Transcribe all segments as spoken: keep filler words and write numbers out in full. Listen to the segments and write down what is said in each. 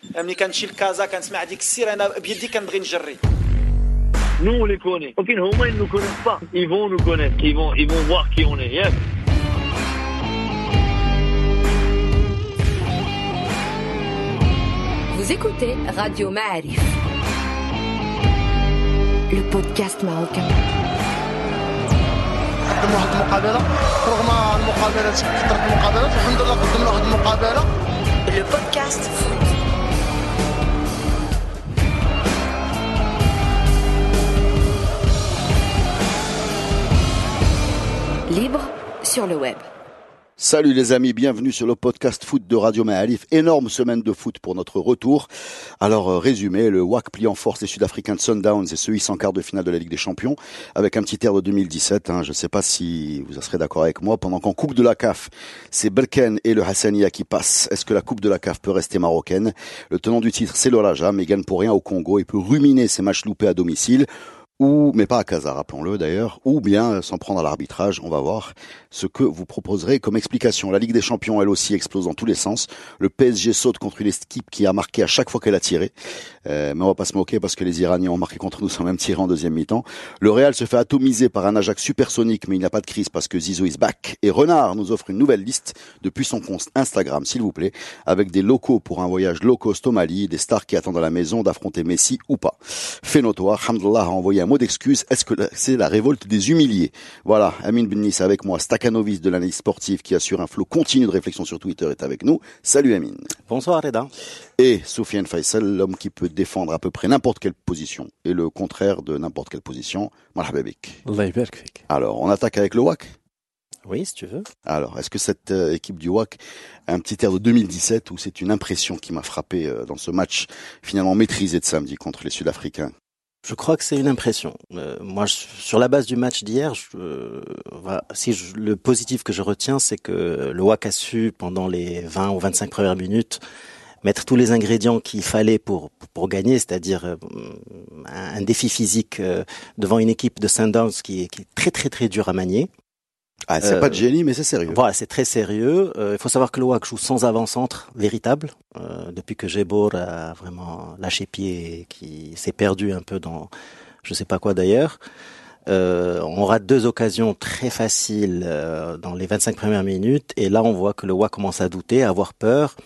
ملي كنمشي لكازا كنسمع ديك السير انا بيدي كنبغي نجري. Nous on les connaît. Ok, non, ils ne nous connaissent pas. Ils vont nous connaître. Ils vont, ils vont voir qui on est. Yes. Vous écoutez Radio Ma'arif, le podcast marocain. قدموا واحد المقابله رغم المقابلات كثرت المقابلات الحمد لله قدمنا واحد المقابله. Le podcast foot. Libre sur le web. Salut les amis, bienvenue sur le podcast foot de Radio Ma'arif. Énorme semaine de foot pour notre retour. Alors euh, résumé, le W A C plie en force les Sud-Africains de Sundowns et se hisse en quart de finale de la Ligue des Champions avec un petit air de deux mille dix-sept. Hein. Je ne sais pas si vous serez d'accord avec moi. Pendant qu'en Coupe de la C A F, c'est Belken et le Hassania qui passent. Est-ce que la Coupe de la C A F peut rester marocaine? Le tenant du titre, c'est le Raja, mais il gagne pour rien au Congo et peut ruminer ses matchs loupés à domicile. Ou, mais pas à Casa, rappelons-le d'ailleurs, ou bien s'en prendre à l'arbitrage. On va voir ce que vous proposerez comme explication. La Ligue des Champions, elle aussi, explose dans tous les sens. Le P S G saute contre une équipe qui a marqué à chaque fois qu'elle a tiré. Euh, mais on va pas se moquer parce que les Iraniens ont marqué contre nous sans même tirer en deuxième mi-temps. Le Real se fait atomiser par un Ajax supersonique, mais il n'y a pas de crise parce que Zizou is back. Et Renard nous offre une nouvelle liste depuis son compte Instagram, s'il vous plaît, avec des locaux pour un voyage low cost au Mali, des stars qui attendent à la maison d'affronter Messi ou pas. Fait notoire, Hamdallah a envoyé un mot d'excuse. Est-ce que c'est la révolte des humiliés? Voilà, Amin Bennis avec moi, Stakhanovis de l'analyse sportive qui assure un flot continu de réflexion sur Twitter est avec nous. Salut Amin. Bonsoir Reda. Et Soufiane Faisal, l'homme qui peut défendre à peu près n'importe quelle position et le contraire de n'importe quelle position. Marhaba bik. Allah yabarak fik. Alors, on attaque avec le W A C? Oui, si tu veux. Alors, est-ce que cette euh, équipe du W A C a un petit air de deux mille dix-sept ou c'est une impression qui m'a frappé euh, dans ce match finalement maîtrisé de samedi contre les Sud-Africains? Je crois que c'est une impression. Euh, moi, je, sur la base du match d'hier, je, euh, voilà, si je, le positif que je retiens, c'est que le W A C a su, pendant les vingt ou vingt-cinq premières minutes, mettre tous les ingrédients qu'il fallait pour pour gagner, c'est-à-dire euh, un, un défi physique euh, devant une équipe de Sundowns qui est, qui est très très très dur à manier. Ah, c'est euh, pas de génie, mais c'est sérieux. Voilà, c'est très sérieux. Euh, il faut savoir que le W A C joue sans avant-centre véritable. Euh, depuis que Jebor a vraiment lâché pied et qui s'est perdu un peu dans je sais pas quoi d'ailleurs. Euh, on rate deux occasions très faciles euh, dans les vingt-cinq premières minutes. Et là, on voit que le W A C commence à douter, à avoir peur.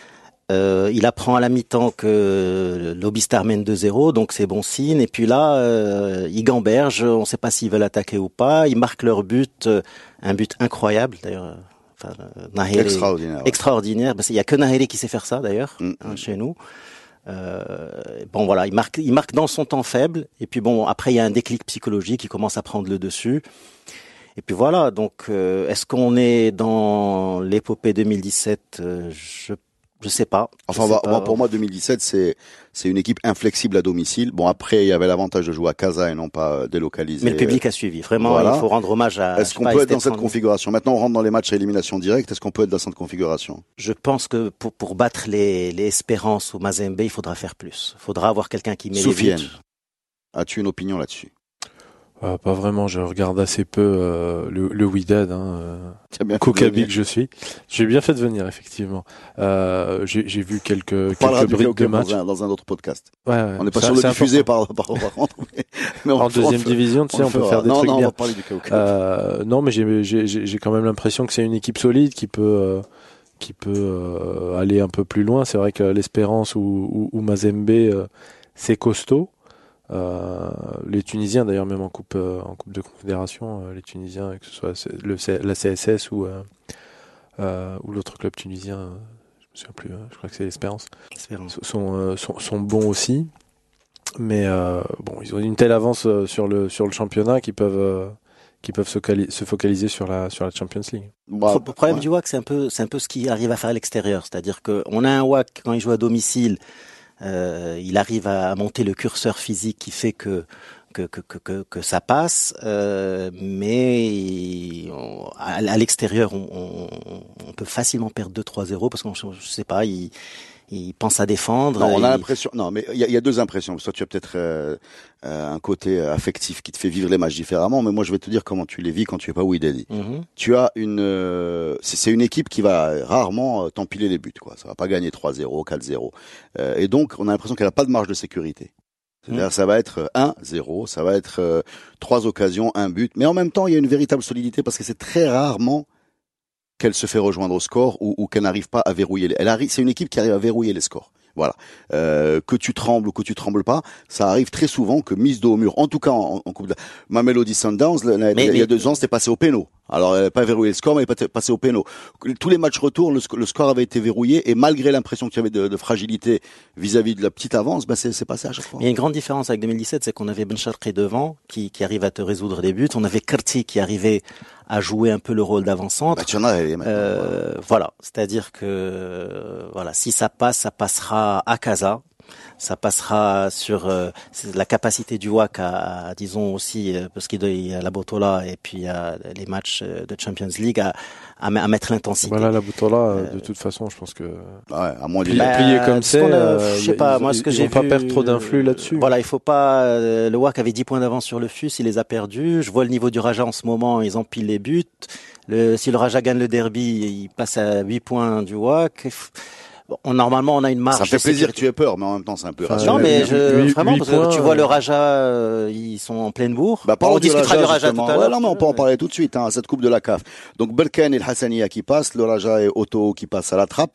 Euh, il apprend à la mi-temps que l'Obistar mène deux zéro, donc c'est bon signe. Et puis là, euh, ils gambergent, on ne sait pas s'ils veulent attaquer ou pas. Ils marquent leur but, euh, un but incroyable d'ailleurs. Enfin, Nahiri, extraordinaire. Extraordinaire. Ben, il y a que Nahiri qui sait faire ça d'ailleurs mm. hein, chez nous. Euh, bon voilà, il marque, il marque dans son temps faible. Et puis bon, après il y a un déclic psychologique, il commence à prendre le dessus. Et puis voilà. Donc, euh, est-ce qu'on est dans l'épopée deux mille dix-sept? euh, Je Je sais pas. Enfin, sais bah, pas. Moi, pour moi, deux mille dix-sept, c'est c'est une équipe inflexible à domicile. Bon, après, il y avait l'avantage de jouer à Casa et non pas délocalisé. Mais le public a suivi. Vraiment, voilà. Il faut rendre hommage à. Est-ce qu'on peut être dans cette configuration? Maintenant, on rentre dans les matchs à élimination directe. Est-ce qu'on peut être dans cette configuration? Je pense que pour pour battre les les Espérances ou Mazembe, il faudra faire plus. Il faudra avoir quelqu'un qui met Soufiane, les buts. as-tu une opinion là-dessus? Euh, pas vraiment, je regarde assez peu euh, le, le Wydad, hein, euh, Kokabi que je suis. J'ai bien fait de venir, effectivement. Euh, j'ai, j'ai vu quelques, quelques briques de match. Dans un, dans un autre podcast. Ouais, ouais, on n'est pas sur le diffusé par, par, par contre. Mais, mais on en deuxième fait, division, tu sais, on, on peut faire des non, trucs non, bien. On va parler du Kokabi. Euh, non, mais j'ai, j'ai, j'ai, j'ai quand même l'impression que c'est une équipe solide qui peut, euh, qui peut euh, aller un peu plus loin. C'est vrai que l'Espérance ou, ou, ou Mazembe, euh, c'est costaud. Euh, les Tunisiens d'ailleurs, même en coupe euh, en coupe de confédération, euh, les Tunisiens, que ce soit le la C S S ou euh, euh, ou l'autre club tunisien, euh, je me souviens plus, euh, je crois que c'est l'Espérance, Espérance. sont, euh, sont sont bons aussi, mais euh, bon, ils ont une telle avance euh, sur le sur le championnat qu'ils peuvent euh, qui peuvent se, cali- se focaliser sur la sur la Champions League. Bah, le problème ouais. du W A C, c'est un peu c'est un peu ce qui arrive à faire à l'extérieur, c'est-à-dire que on a un W A C quand il joue à domicile. Euh, il arrive à monter le curseur physique qui fait que que que que, que ça passe, euh, mais on, à, à l'extérieur, on, on, on peut facilement perdre deux trois zéro parce qu'on je sais pas, il il pense à défendre. Non, on a il... l'impression. Non, mais il y a, y a deux impressions. Soit tu as peut-être euh, euh, un côté affectif qui te fait vivre les matchs différemment, mais moi je vais te dire comment tu les vis quand tu es pas Wydad. Mm-hmm. Tu as une, euh, c'est, c'est une équipe qui va rarement euh, t'empiler les buts, quoi. Ça va pas gagner trois zéro, quatre zéro, euh, et donc on a l'impression qu'elle a pas de marge de sécurité. C'est-à-dire, mmh. ça va être un zéro, ça va être euh, trois occasions, un but, mais en même temps il y a une véritable solidité parce que c'est très rarement qu'elle se fait rejoindre au score ou, ou qu'elle n'arrive pas à verrouiller. Les... Elle arrive, c'est une équipe qui arrive à verrouiller les scores. Voilà. Euh, que tu trembles ou que tu trembles pas, ça arrive très souvent que mise dos au mur. En tout cas, en, en coupe de... Mamelody Sundowns, il y a mais... deux ans, c'était passé au péno. Alors, elle n'avait pas verrouillé le score, mais elle est passée au péno. Tous les matchs retour, le, le score avait été verrouillé, et malgré l'impression qu'il y avait de, de fragilité vis-à-vis de la petite avance, ben c'est, c'est passé à chaque fois. Il y a une grande différence avec deux mille dix-sept, c'est qu'on avait Ben Sharqi devant, qui, qui arrive à te résoudre des buts. On avait Kerti qui arrivait à jouer un peu le rôle d'avant-centre. Bah, elle est maintenant, euh, voilà. voilà. C'est-à-dire que, voilà, si ça passe, ça passera à Casa. Ça passera sur euh, la capacité du W A C à, à disons aussi, euh, parce qu'il y a la Botola et puis il y a les matchs de Champions League, à, à, à mettre l'intensité. Voilà, la Botola, euh, de toute façon, je pense que... Ouais, à moins de plier, bah, plier comme c'est, euh, je sais pas, ils, moi, ce que ils j'ai vont pas vu, perdre trop d'influx là-dessus. Voilà, il faut pas... Euh, le W A C avait dix points d'avance sur le F U S, il les a perdus. Je vois le niveau du Raja en ce moment, ils empilent les buts. Le, si le Raja gagne le derby, il passe à huit points du W A C. Bon, on, normalement, on a une marge. Ça fait plaisir que tu aies peur, mais en même temps, c'est un peu enfin, rassurant. Non, mais je, huit, vraiment, huit parce points, que tu vois le Raja, euh, ils sont en pleine bourre. Bah, on discutera du Raja tout à l'heure. Ouais, non, mais on peut en parler tout de suite, hein, cette coupe de la C A F. Donc, Belkane et le Hassania qui passent, le Raja et Otto qui passent à la trappe.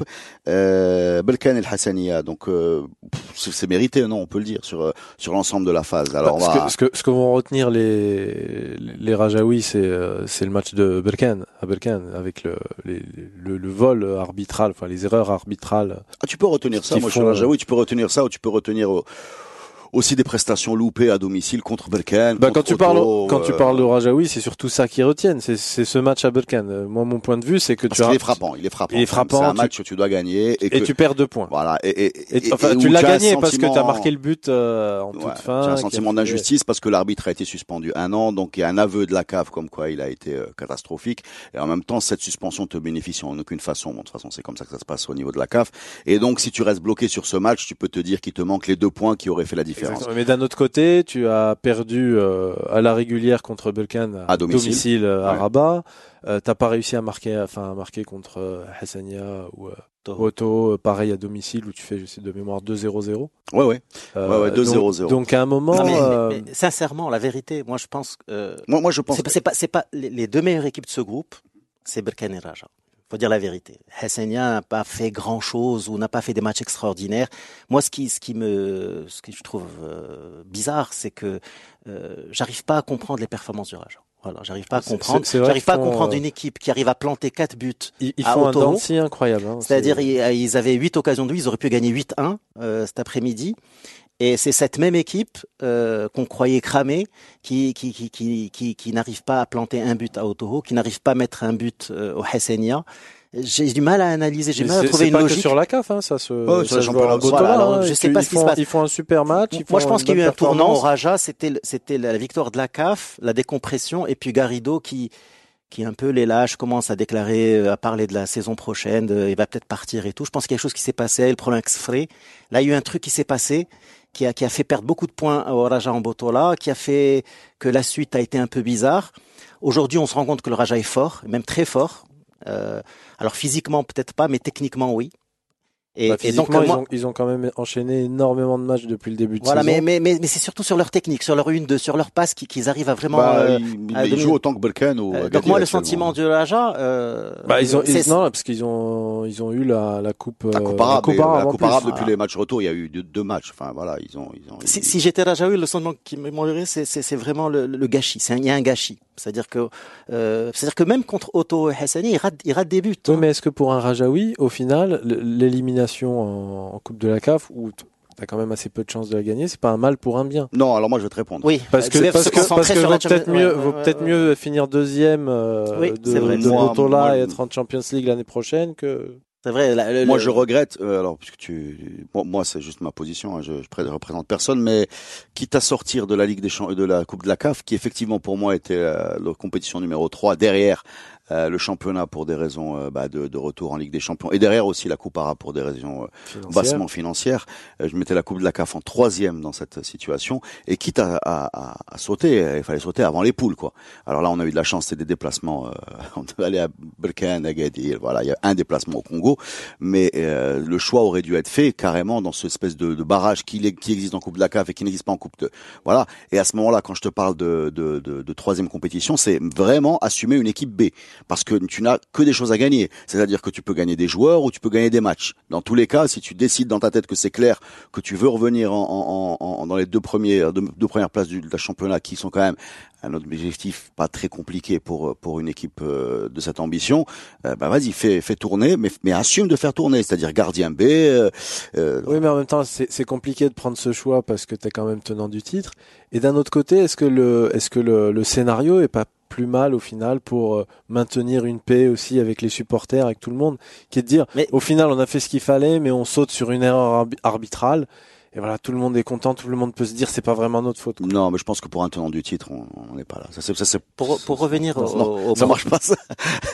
Euh, Belkane et le Hassania, donc, euh, c'est, c'est mérité, non, on peut le dire, sur, sur l'ensemble de la phase. Alors, bah, on va... ce, que, ce que, ce que vont retenir les, les Rajaouis, c'est, euh, c'est le match de Belkane, à Belkane, avec le, les, le, le vol arbitral, enfin, les erreurs arbitrales. Ah, tu peux retenir ça, moi, font... je suis Rajaoui, tu peux retenir ça, ou tu peux retenir euh, aussi des prestations loupées à domicile contre Belkane. Bah, contre quand tu Otto, parles, euh... quand tu parles de Rajaoui, c'est surtout ça qui retiennent. C'est, c'est ce match à Belkane. Moi, mon point de vue, c'est que Parce tu as... il est frappant, il est frappant. Il est frappant. C'est un tu... match que tu dois gagner. Et, et que... tu perds deux points. Voilà. Et, et, et, et enfin, et tu l'as tu gagné sentiment... parce que tu as marqué le but euh, en ouais, toute fin. Tu as un sentiment fait... d'injustice parce que l'arbitre a été suspendu un an, donc il y a un aveu de la C A F comme quoi il a été euh, catastrophique. Et en même temps, cette suspension te bénéficie en aucune façon. Bon, de toute façon, c'est comme ça que ça se passe au niveau de la C A F. Et donc, si tu restes bloqué sur ce match, tu peux te dire qu'il te manque les deux points qui auraient fait la différence. Exactement. Mais d'un autre côté, tu as perdu euh, à la régulière contre Belkane à, à domicile, domicile à ouais. Rabat. Euh, t'as pas réussi à marquer, enfin à marquer contre euh, Hassania ou euh, Otto, euh, pareil à domicile où tu fais, je sais de mémoire deux zéro zéro. Ouais ouais. Euh, ouais, ouais deux zéro zéro. Donc, donc à un moment, non, mais, euh... mais, mais, sincèrement, la vérité, moi je pense. Euh, moi, moi je pense. C'est pas, c'est pas, c'est pas les, les deux meilleures équipes de ce groupe, c'est Belkane et Raja. Faut dire la vérité. Hassania n'a pas fait grand chose ou n'a pas fait des matchs extraordinaires. Moi, ce qui, ce qui me, ce que je trouve euh, bizarre, c'est que euh, j'arrive pas à comprendre les performances du Raja. Voilà, j'arrive pas à comprendre. C'est, c'est j'arrive pas font, à comprendre une équipe qui arrive à planter quatre buts. Ils, ils à font Otto. Un denti incroyable. Hein, C'est-à-dire, c'est... ils, ils avaient huit occasions de but, ils auraient pu gagner huit un euh, cet après-midi. Et c'est cette même équipe euh, qu'on croyait cramée qui qui qui qui qui, qui n'arrive pas à planter un but à Otto, qui n'arrive pas à mettre un but euh, au Hassania. J'ai du mal à analyser, j'ai du mal à trouver c'est une pas logique. Que sur la C A F, hein, ça se. Oh, ça, ça se voilà, voilà, alors, je sais pas ce qui se passe. Ils font un super match. Ils Moi, font je pense qu'il y a eu un tournant au performance. Raja. C'était c'était la victoire de la C A F, la décompression, et puis Garrido qui qui un peu les lâche, commence à déclarer, à parler de la saison prochaine, de, il va peut-être partir et tout. Je pense qu'il y a quelque chose qui s'est passé, le problème avec Sfré. Là, il y a eu un truc qui s'est passé, qui a, qui a fait perdre beaucoup de points au Raja en Botola, qui a fait que la suite a été un peu bizarre. Aujourd'hui, on se rend compte que le Raja est fort, même très fort. Euh, alors physiquement, peut-être pas, mais techniquement, oui. Et, bah, et donc, moi, ils, ont, ils ont quand même enchaîné énormément de matchs depuis le début de voilà, saison. Mais, mais, mais, mais c'est surtout sur leur technique, sur leur une, deux, sur leur passe qu'ils, qu'ils arrivent à vraiment. Bah, euh, ils, à ils jouent autant que Belkane ou. Euh, donc moi, le sentiment du Raja. Euh, bah, ils ont, ils, non, parce qu'ils ont, ils ont eu la, la coupe. La coupe arabe. La coupe arabe, la coupe arabe depuis voilà. les matchs retour, il y a eu deux, deux matchs. Enfin voilà, ils ont. Ils ont si, ils... si j'étais Rajaoui, le sentiment qui m'émolerait, c'est, c'est, c'est vraiment le, le gâchis. C'est un, il y a un gâchis. C'est-à-dire que, euh, c'est-à-dire que même contre Otto et Hassani, il rate, il rate des buts. Oui, hein. mais est-ce que pour un Rajaoui, au final, l'élimination en, en Coupe de la C A F, où t'as quand même assez peu de chances de la gagner, c'est pas un mal pour un bien? Non, alors moi je vais te répondre. Oui, parce que parce que parce que vaut peut-être mieux, vaut peut-être mieux finir deuxième euh, oui, de, vrai. de moi, Botola moi, et être en Champions League l'année prochaine que. C'est vrai. La, le, moi, le... je regrette. Euh, alors, puisque tu, bon, moi, c'est juste ma position. Hein, je, je représente personne, mais quitte à sortir de la Ligue des Champions, de la Coupe de la C A F, qui effectivement pour moi était la, la compétition numéro trois derrière euh, le championnat pour des raisons euh, bah, de, de retour en Ligue des Champions, et derrière aussi la Coupe arabe pour des raisons euh, Financière. bassement financières. Euh, je mettais la Coupe de la C A F en troisième dans cette situation, et quitte à, à, à, à sauter, il fallait sauter avant les poules, quoi. Alors là, on a eu de la chance, c'est des déplacements. Euh, on devait aller à Berkane, Agadir, voilà, il y a un déplacement au Congo, mais euh, le choix aurait dû être fait carrément dans ce espèce de, de barrage qui, qui existe en Coupe de la C A F et qui n'existe pas en Coupe de, voilà. Et à ce moment-là, quand je te parle de, de, de, de troisième compétition, c'est vraiment assumer une équipe B, parce que tu n'as que des choses à gagner. C'est-à-dire que tu peux gagner des joueurs ou tu peux gagner des matchs. Dans tous les cas, si tu décides dans ta tête que c'est clair que tu veux revenir en, en, en dans les deux premiers, deux, deux premières places du, du championnat, qui sont quand même un objectif pas très compliqué pour pour une équipe euh, de cette ambition, euh, bah vas-y, fais fais tourner, mais mais assume de faire tourner, c'est-à-dire gardien B. Euh, euh, Oui, mais en même temps, c'est c'est compliqué de prendre ce choix parce que t'es quand même tenant du titre. Et d'un autre côté, est-ce que le est-ce que le, le scénario est pas plus mal au final pour euh, maintenir une paix aussi avec les supporters, avec tout le monde, qui est de dire, mais au final, on a fait ce qu'il fallait, mais on saute sur une erreur arbitrale. Et voilà, tout le monde est content, tout le monde peut se dire c'est pas vraiment notre faute, quoi. Non, mais je pense que pour un tenant du titre, on n'est pas là. Ça, c'est, ça, c'est, Pour, pour revenir non, au, non, au ça marche pas, ça.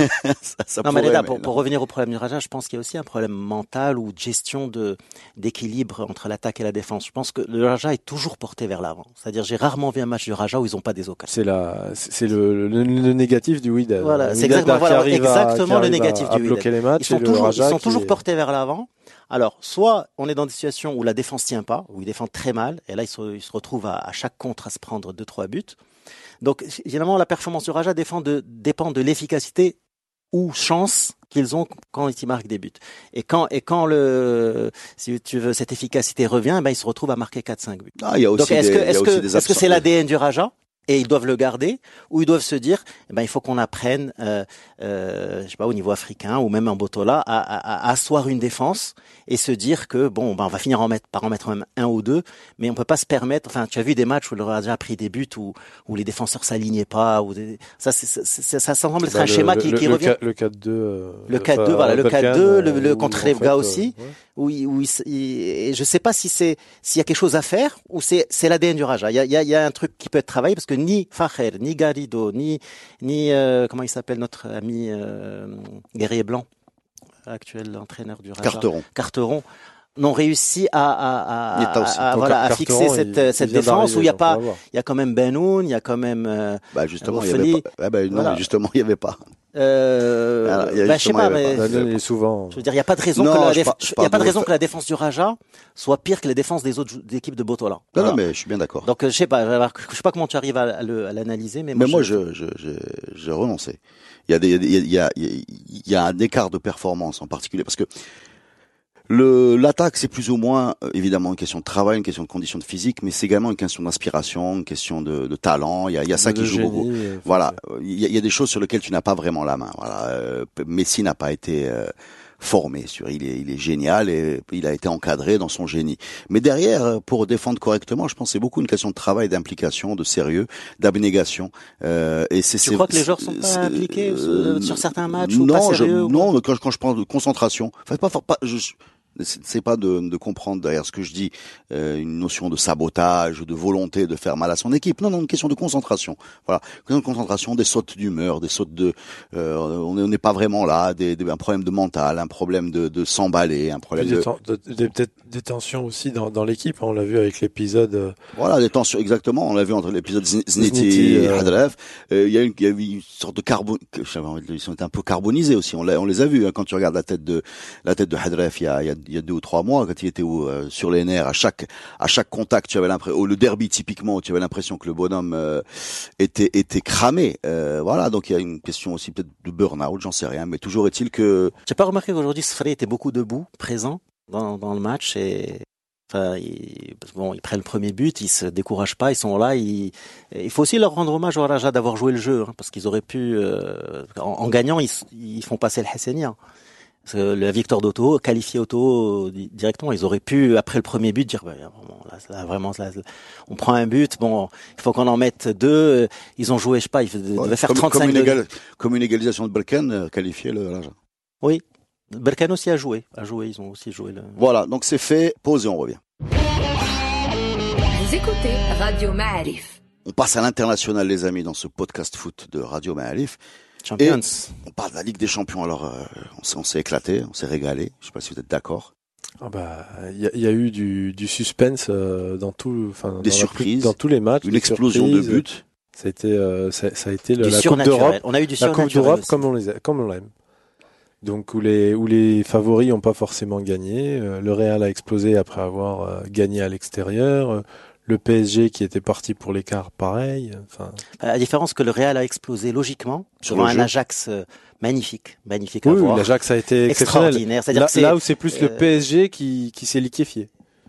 ça, ça non, mais pourrait, là, mais pour, non. pour revenir au problème du Raja, je pense qu'il y a aussi un problème mental ou de gestion de, d'équilibre entre l'attaque et la défense. Je pense que le Raja est toujours porté vers l'avant. C'est-à-dire, j'ai rarement vu un match du Raja où ils ont pas des occasions. C'est la, c'est le, le, le négatif du Wydad. Voilà, Le c'est Wydad exactement, qui voilà, arrive à- exactement qui le arrive négatif à, à du bloquer Wydad. les matchs. Ils sont et le toujours, Raja ils sont qui toujours est- portés vers l'avant. Alors, soit on est dans des situations où la défense tient pas, où ils défendent très mal, et là ils se, ils se retrouvent à, à chaque contre à se prendre deux, trois buts. Donc, évidemment, la performance du Raja dépend de, dépend de l'efficacité ou chance qu'ils ont quand ils marquent des buts. Et quand, et quand le, si tu veux, cette efficacité revient, ben, ils se retrouvent à marquer quatre, cinq buts. Ah, il y a aussi Donc, est-ce des, que, il y a est-ce aussi que, des est-ce que absents- c'est l'A D N du Raja? Et ils doivent le garder, ou ils doivent se dire, eh ben, il faut qu'on apprenne, euh, euh, je sais pas, au niveau africain ou même en Botola, à, à, à asseoir une défense et se dire que bon, ben, on va finir en mettre, par en mettre même un ou deux, mais on peut pas se permettre. Enfin, tu as vu des matchs où le Raja a pris des buts où, où les défenseurs s'alignaient pas, ou des, ça, c'est, c'est, c'est, ça semble être Bah, un le- schéma le- qui, le, qui le revient. quatre- Le quatre deux. euh, Le quatre deux, enfin, voilà, le Balkan, quatre deux, le, le où, contre en les fait, gars euh, aussi, ouais. où, il, où il, il- et je sais pas si c'est, s'il y a quelque chose à faire, ou c'est, c'est l'A D N du Raja. Il y a, il y a, il y a un truc qui peut être travaillé, parce que ni Fakher, ni Garrido, ni, ni, euh, comment il s'appelle notre ami, euh, Guerrier Blanc, actuel entraîneur du Raja. Carteron. Carteron, n'ont réussi à, à, à, Nita aussi. à, à, Donc, voilà, à Carteron, fixer cette, il- cette il vient défense où il y a d'arriver, donc on pas, va voir. il y a quand même Benoun, il y a quand même, euh, Bah, justement, il y Ophélie, avait pas, ah, bah, non, voilà. mais justement, il y avait pas. euh, Alors, il y a bah, je sais justement, pas, il y avait mais, pas. Daniel, il est souvent. je veux dire, il n'y a pas de raison Non, que la, je déf- par- je il y a parle pas de de raison votre- que la défense du Raja soit pire que les défenses des autres jou- équipes de Botola. Non, Voilà. non, mais je suis bien d'accord. Donc, euh, je sais pas, alors, je sais pas comment tu arrives à, à le- à l'analyser, mais moi, Mais moi, je, je, je, j'ai renoncé. Il y a des, il y a, il y a, il y a un écart de performance en particulier parce que le, l'attaque, c'est plus ou moins, euh, évidemment, une question de travail, une question de conditions de physique, mais c'est également une question d'inspiration, une question de, de talent. Il y a, il y a ça de qui joue génie, beaucoup. euh, Voilà. Il y, a, il y a des choses sur lesquelles tu n'as pas vraiment la main. Voilà. Euh, Messi n'a pas été, euh, formé sur, il est, il est génial et il a été encadré dans son génie. Mais derrière, pour défendre correctement, je pense que c'est beaucoup une question de travail, d'implication, de sérieux, d'abnégation. Euh, et c'est, Tu c'est, crois que les joueurs sont c'est- pas impliqués euh, sur certains matchs ou non, pas sérieux je, ou non, quoi mais quand, je- quand je parle de concentration, enfin, pas, pas, je, je- c'est c'est pas de, de comprendre derrière ce que je dis euh, une notion de sabotage, de volonté de faire mal à son équipe. Non, non, une question de concentration. Voilà, une question de concentration, des sautes d'humeur, des sautes de, euh, on n'est on n'est pas vraiment là, des, des, un problème de mental, un problème de, de s'emballer, un problème Puis des, de, ten- de- des- peut-être des tensions aussi dans, dans l'équipe. On l'a vu avec l'épisode. euh, voilà, des tensions exactement. On l'a vu entre l'épisode Zni- Zniti Zniti, et euh, Hadref. Euh, Il y a une, il y a eu une sorte de carbone, j'avais envie de dire, ils sont un peu carbonisés aussi. On, l'a- on les a vus hein, quand tu regardes la tête de la tête de Hadref il y a, il y a, il y a deux ou trois mois quand il était au, euh, sur les nerfs. À chaque à chaque contact, tu avais l'impression, le derby typiquement, où tu avais l'impression que le bonhomme euh, était était cramé. Euh, voilà, donc il y a une question aussi peut-être de burn-out, j'en sais rien, mais toujours est-il que J'ai pas remarqué qu'aujourd'hui Sfré était beaucoup debout, présent dans, dans le match et enfin, ils, bon, ils prennent le premier but, ils se découragent pas, ils sont là. Ils, il faut aussi leur rendre hommage au Raja d'avoir joué le jeu, hein, parce qu'ils auraient pu, euh, en, en gagnant, ils, ils font passer le Hassania. Parce que la victoire d'Auto, qualifiée Auto directement, ils auraient pu après le premier but dire, bah, vraiment, là, là, vraiment, là, on prend un but, bon, il faut qu'on en mette deux. Ils ont joué, je sais pas, ils devaient faire comme, trente-cinq. comme, une, degrés. égal, comme une égalisation de Balkan euh, qualifiée le l'argent. Oui, Berkane aussi a joué, a joué, ils ont aussi joué le. Voilà, donc c'est fait. Pause et on revient. Vous écoutez Radio Ma'arif. On passe à l'international, les amis, dans ce podcast foot de Radio Ma'arif. Champions. Et on parle de la Ligue des Champions. Alors, euh, on, s'est, on s'est éclaté, on s'est régalé. Je sais pas si vous êtes d'accord. Ah bah, il y a, y a eu du, du suspense euh, dans tout, enfin, des dans surprises, la, dans tous les matchs, une explosion de buts. Ça a été, euh, ça, ça a été le, du la Coupe d'Europe. On a eu du la Coupe d'Europe aussi. comme on les a, comme on l'aime. Donc où les où les favoris n'ont pas forcément gagné. Euh, le Real a explosé après avoir euh, gagné à l'extérieur. Euh, le P S G qui était parti pour l'écart, pareil. Enfin, la différence que le Real a explosé logiquement sur un jeu. Ajax euh, magnifique, magnifique à oui, voir. Oui, l'Ajax a été exceptionnel. Extraordinaire. C'est-à-dire là, que c'est, là où c'est plus euh, le P S G qui qui s'est liquéfié.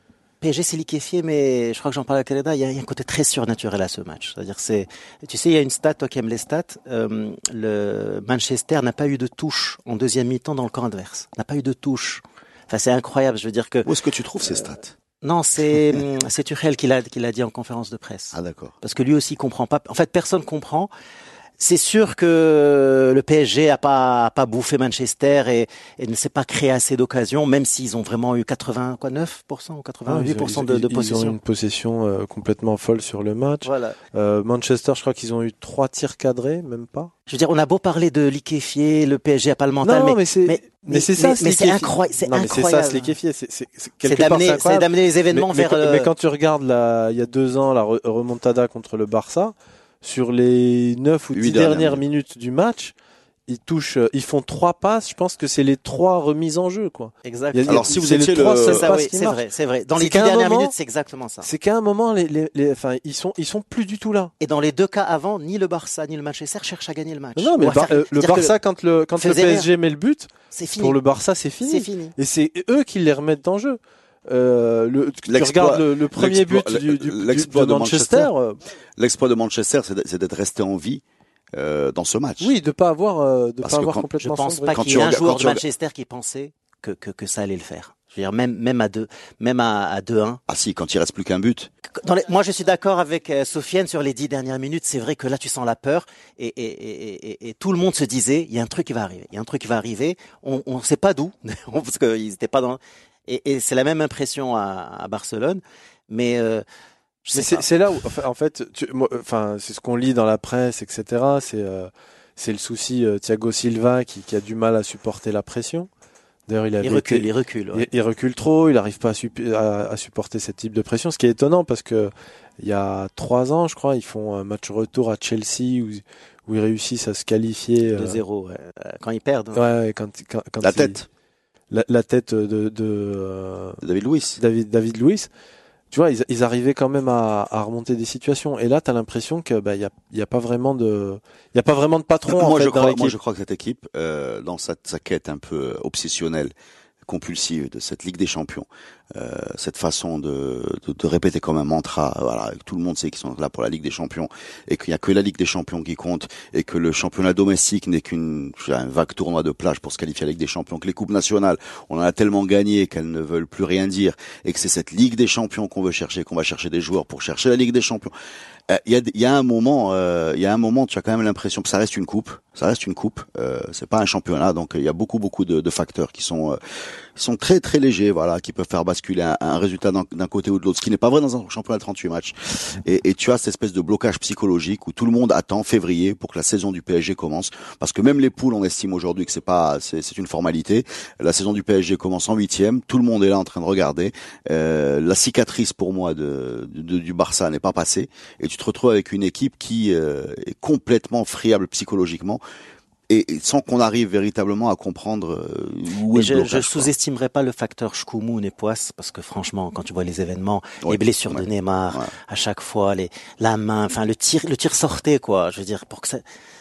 P S G s'est liquéfié, mais je crois que j'en parlais à Canada, il y, a, il y a un côté très surnaturel à ce match. C'est-à-dire que c'est, tu sais, il y a une stat, toi qui aimes les stats, euh, le Manchester n'a pas eu de touche en deuxième mi-temps dans le camp adverse. N'a pas eu de touche. Enfin, c'est incroyable, je veux dire que... Où est-ce que tu trouves ces stats? Non, c'est, c'est Tuchel qui l'a, qui l'a dit en conférence de presse. Ah, d'accord. Parce que lui aussi comprend pas. En fait, personne comprend. C'est sûr que le P S G a pas a pas bouffé Manchester et, et ne s'est pas créé assez d'occasions, même s'ils ont vraiment eu quatre-vingt-neuf pour cent ou quatre-vingt-huit pour cent ah, ils, de, de ils possession. Ils ont une possession euh, complètement folle sur le match. Voilà. Euh, Manchester, je crois qu'ils ont eu trois tirs cadrés, même pas. Je veux dire, on a beau parler de liquéfier, le P S G a pas le mental, non, mais, mais c'est, mais, mais c'est ça, mais, se mais c'est incroyable, c'est non, mais incroyable. c'est ça, se liquéfier, c'est, c'est, c'est, quelque c'est part, d'amener, c'est, c'est d'amener les événements mais, vers mais, le... mais quand tu regardes la, il y a deux ans, la remontada contre le Barça, sur les neuf ou dix dernières minutes du match, ils touchent, ils font trois passes. Je pense que c'est les trois remises en jeu, quoi. Exactement. Alors si vous étiez le, le... c'est, ça, oui, c'est vrai, c'est vrai. Dans c'est les dix dernières moment, minutes, c'est exactement ça. C'est qu'à un moment, les, les, les, enfin, ils sont, ils sont plus du tout là. Et dans les deux cas avant, ni le Barça ni le Manchester cherchent à gagner le match. Non, mais le, bar, faire, le Barça, quand le, quand le P S G rien. met le but, c'est fini. Pour le Barça, c'est fini. C'est fini. Et c'est eux qui les remettent en jeu. Euh, le, tu regardes le, le premier but du, du, l'exploit du, de Manchester. Manchester euh... L'exploit de Manchester, c'est, c'est d'être resté en vie. Euh, dans ce match. Oui, de pas avoir, euh, de Parce pas avoir quand, complètement. Je pense sombré. pas qu'il y ait un joueur de Manchester qui pensait que, que que ça allait le faire. Je veux dire, même même à deux, même à, à deux un. Ah si, quand il reste plus qu'un but. Dans les, moi, je suis d'accord avec euh, Sofiane sur les dix dernières minutes. C'est vrai que là, tu sens la peur et et, et, et, et tout le monde se disait, il y a un truc qui va arriver. Il y a un truc qui va arriver. On on sait pas d'où, parce qu'ils étaient pas dans. Et, et c'est la même impression à, à Barcelone, mais. Euh, Mais c'est, c'est là où, en fait, tu, moi, enfin, c'est ce qu'on lit dans la presse, et cetera. C'est, euh, c'est le souci euh, Thiago Silva qui, qui a du mal à supporter la pression. D'ailleurs, il, avait il recule, été, il recule. Ouais. Il, il recule trop. Il n'arrive pas à, su, à, à supporter ce type de pression. Ce qui est étonnant parce que il y a trois ans, je crois, ils font un match retour à Chelsea où, où ils réussissent à se qualifier. deux zéro, ouais. Quand ils perdent. Ouais, ouais quand, quand, quand la ils, tête. La, la tête de, de, de euh, David Luiz. David, David Luiz. Tu vois, ils, ils arrivaient quand même à, à remonter des situations. Et là, t'as l'impression que bah il y a, y a pas vraiment de, il y a pas vraiment de patron. Moi, en fait, je dans crois, l'équipe. moi, je crois que cette équipe, euh, dans sa, sa quête un peu obsessionnelle, compulsive de cette Ligue des Champions, euh, cette façon de, de, de répéter comme un mantra, voilà, tout le monde sait qu'ils sont là pour la Ligue des Champions et qu'il y a que la Ligue des Champions qui compte et que le championnat domestique n'est qu'une un vague tournoi de plage pour se qualifier à la Ligue des Champions, que les coupes nationales, on en a tellement gagné qu'elles ne veulent plus rien dire et que c'est cette Ligue des Champions qu'on veut chercher, qu'on va chercher des joueurs pour chercher la Ligue des Champions. Il euh, y, a, y a un moment, il euh, y a un moment, tu as quand même l'impression que ça reste une coupe, ça reste une coupe, euh, c'est pas un championnat, donc il y a beaucoup beaucoup de, de facteurs qui sont euh, qui sont très très légers, voilà, qui peuvent faire basculer un, un résultat d'un, d'un côté ou de l'autre, ce qui n'est pas vrai dans un championnat de trente-huit matchs. Et, et tu as cette espèce de blocage psychologique où tout le monde attend février pour que la saison du P S G commence, parce que même les poules, on estime aujourd'hui que c'est pas, c'est, c'est une formalité. La saison du P S G commence en huitième, tout le monde est là en train de regarder. Euh, la cicatrice pour moi de, de du Barça n'est pas passée, et tu te retrouves avec une équipe qui euh, est complètement friable psychologiquement. Et sans qu'on arrive véritablement à comprendre où est je, le blocage. Je sous-estimerai pas le facteur Shkumu et Poisse, parce que franchement, quand tu vois les événements, ouais, les blessures ouais, de Neymar, ouais. à chaque fois, les, la main, enfin le tir, le tir sortait quoi. Je veux dire pour que ça.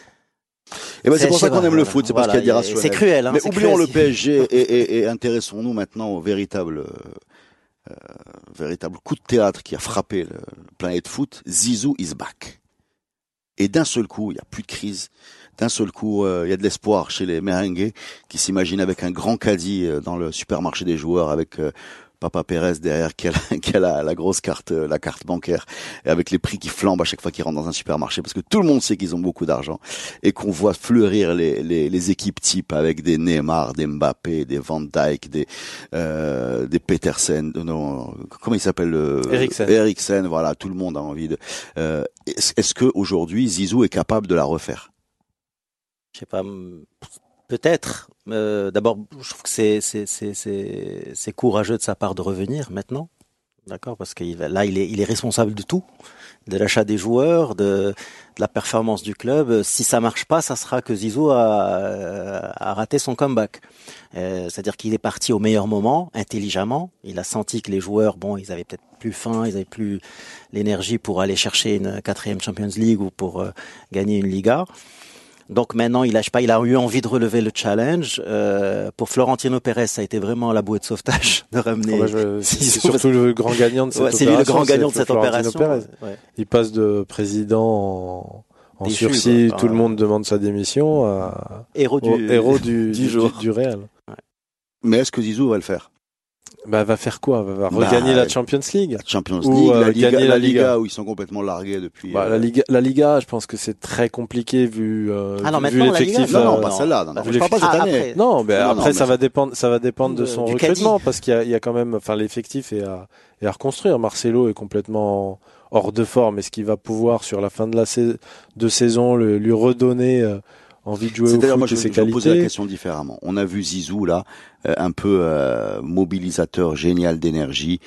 Et ben c'est, c'est pour ça qu'on aime le foot, c'est voilà, parce qu'il y a des rationnels. C'est cruel. Hein, Mais c'est oublions cruel, le P S G et, et, et intéressons-nous maintenant au véritable, euh, véritable coup de théâtre qui a frappé le planète foot. Zizou is back. Et d'un seul coup, il y a plus de crise. D'un seul coup, il euh, y a de l'espoir chez les merengues qui s'imaginent avec un grand caddie euh, dans le supermarché des joueurs avec euh, Papa Pérez derrière qui a, la, qui a la, la grosse carte, euh, la carte bancaire, et avec les prix qui flambent à chaque fois qu'ils rentrent dans un supermarché parce que tout le monde sait qu'ils ont beaucoup d'argent et qu'on voit fleurir les, les, les équipes types avec des Neymar, des Mbappé, des Van Dijk, des euh, des Petersen, non, comment il s'appelle euh, Eriksen. Eriksen, voilà, tout le monde a envie de. Euh, est-ce, est-ce que aujourd'hui Zizou est capable de la refaire? Je sais pas, peut-être. Euh, d'abord, je trouve que c'est, c'est, c'est, c'est, c'est courageux de sa part de revenir maintenant. D'accord, parce que là, il est, il est responsable de tout, de l'achat des joueurs, de, de la performance du club. Si ça marche pas, ça sera que Zizou a, a raté son comeback. Euh, c'est-à-dire qu'il est parti au meilleur moment, intelligemment. Il a senti que les joueurs, bon, ils avaient peut-être plus faim, ils avaient plus l'énergie pour aller chercher une quatrième Champions League ou pour euh, gagner une Liga. Donc maintenant, il lâche pas. Il a eu envie de relever le challenge. Euh, pour Florentino Pérez, ça a été vraiment la bouée de sauvetage de ramener. Oh bah je, c'est, c'est surtout le grand gagnant de cette ouais, opération. C'est lui le grand gagnant de cette Florentino opération. Ouais. Il passe de président en, en Déchu, sursis, quoi. Tout le monde demande sa démission, à héros du, héros du, du, du, jour. du, du Real. Ouais. Mais est-ce que Zizou va le faire? Bah, va faire quoi? Va, va regagner bah, la Champions League. La Champions Ou, League, euh, la, Liga, gagner la la Liga, Liga où ils sont complètement largués depuis. Bah, euh... la Liga, la Liga, je pense que c'est très compliqué vu, euh, ah non, vu La l'effectif. Liga, non, non, euh, pas non. celle-là. Non, non, Vu je parle pas cette ah, année. après. Non, mais non, après, non, ça mais va dépendre, ça va dépendre de, de son recrutement caddie. parce qu'il y a, il y a quand même, enfin, l'effectif est à, est à reconstruire. Marcelo est complètement hors de forme. Est-ce qu'il va pouvoir, sur la fin de la sa- de saison, le, lui redonner, euh, envie de jouer C'est-à-dire, au moi, foot je, et ses je vais poser la qualités? question différemment. On a vu Zizou, là, euh, un peu euh, mobilisateur génial d'énergie,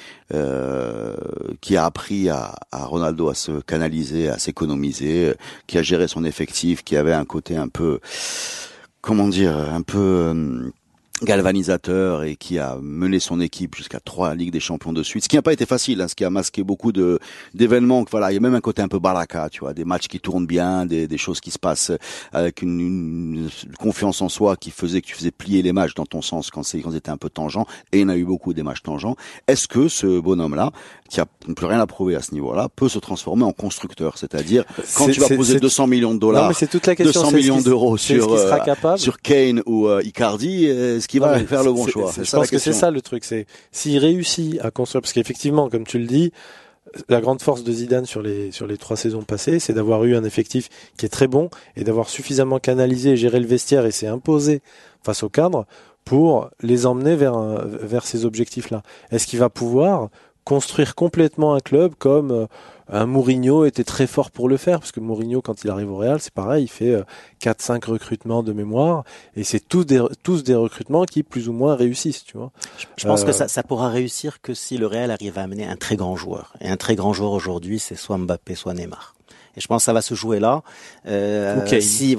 euh, qui a appris à, à Ronaldo à se canaliser, à s'économiser, euh, qui a géré son effectif, qui avait un côté un peu, comment dire, un peu... Euh, galvanisateur et qui a mené son équipe jusqu'à trois Ligues des Champions de suite, ce qui n'a pas été facile, hein, ce qui a masqué beaucoup de d'événements. Voilà, il y a même un côté un peu baraka, tu vois, des matchs qui tournent bien, des, des choses qui se passent avec une, une confiance en soi qui faisait que tu faisais plier les matchs dans ton sens quand c'est quand c'était un peu tangent. Et il y en a eu beaucoup des matchs tangents. Est-ce que ce bonhomme-là, qui a plus rien à prouver à ce niveau-là, peut se transformer en constructeur, c'est-à-dire quand C'est- tu vas c'est- poser c'est- deux cents millions de dollars, Non, mais c'est toute la question. deux cents c'est millions ce qui- d'euros c'est ce sur qui sera euh, capable. sur Kane ou euh, Icardi, est-ce qu'il va Ouais, faire le bon c'est- choix? c'est- C'est Je ça la pense que c'est question. ça le truc. C'est s'il réussit à construire, parce qu'effectivement, comme tu le dis, la grande force de Zidane sur les sur les trois saisons passées, c'est d'avoir eu un effectif qui est très bon et d'avoir suffisamment canalisé et géré le vestiaire et s'est imposé face au cadre pour les emmener vers un, vers ces objectifs-là. Est-ce qu'il va pouvoir construire complètement un club comme euh, un Mourinho était très fort pour le faire, parce que Mourinho, quand il arrive au Real, c'est pareil, il fait euh, quatre cinq recrutements de mémoire, et c'est tous des, tous des recrutements qui plus ou moins réussissent, tu vois. Je, je pense Euh, que ça, ça pourra réussir que si le Real arrive à amener un très grand joueur. Et un très grand joueur aujourd'hui, c'est soit Mbappé, soit Neymar. Et je pense que ça va se jouer là. Euh, Ou Kane. Si,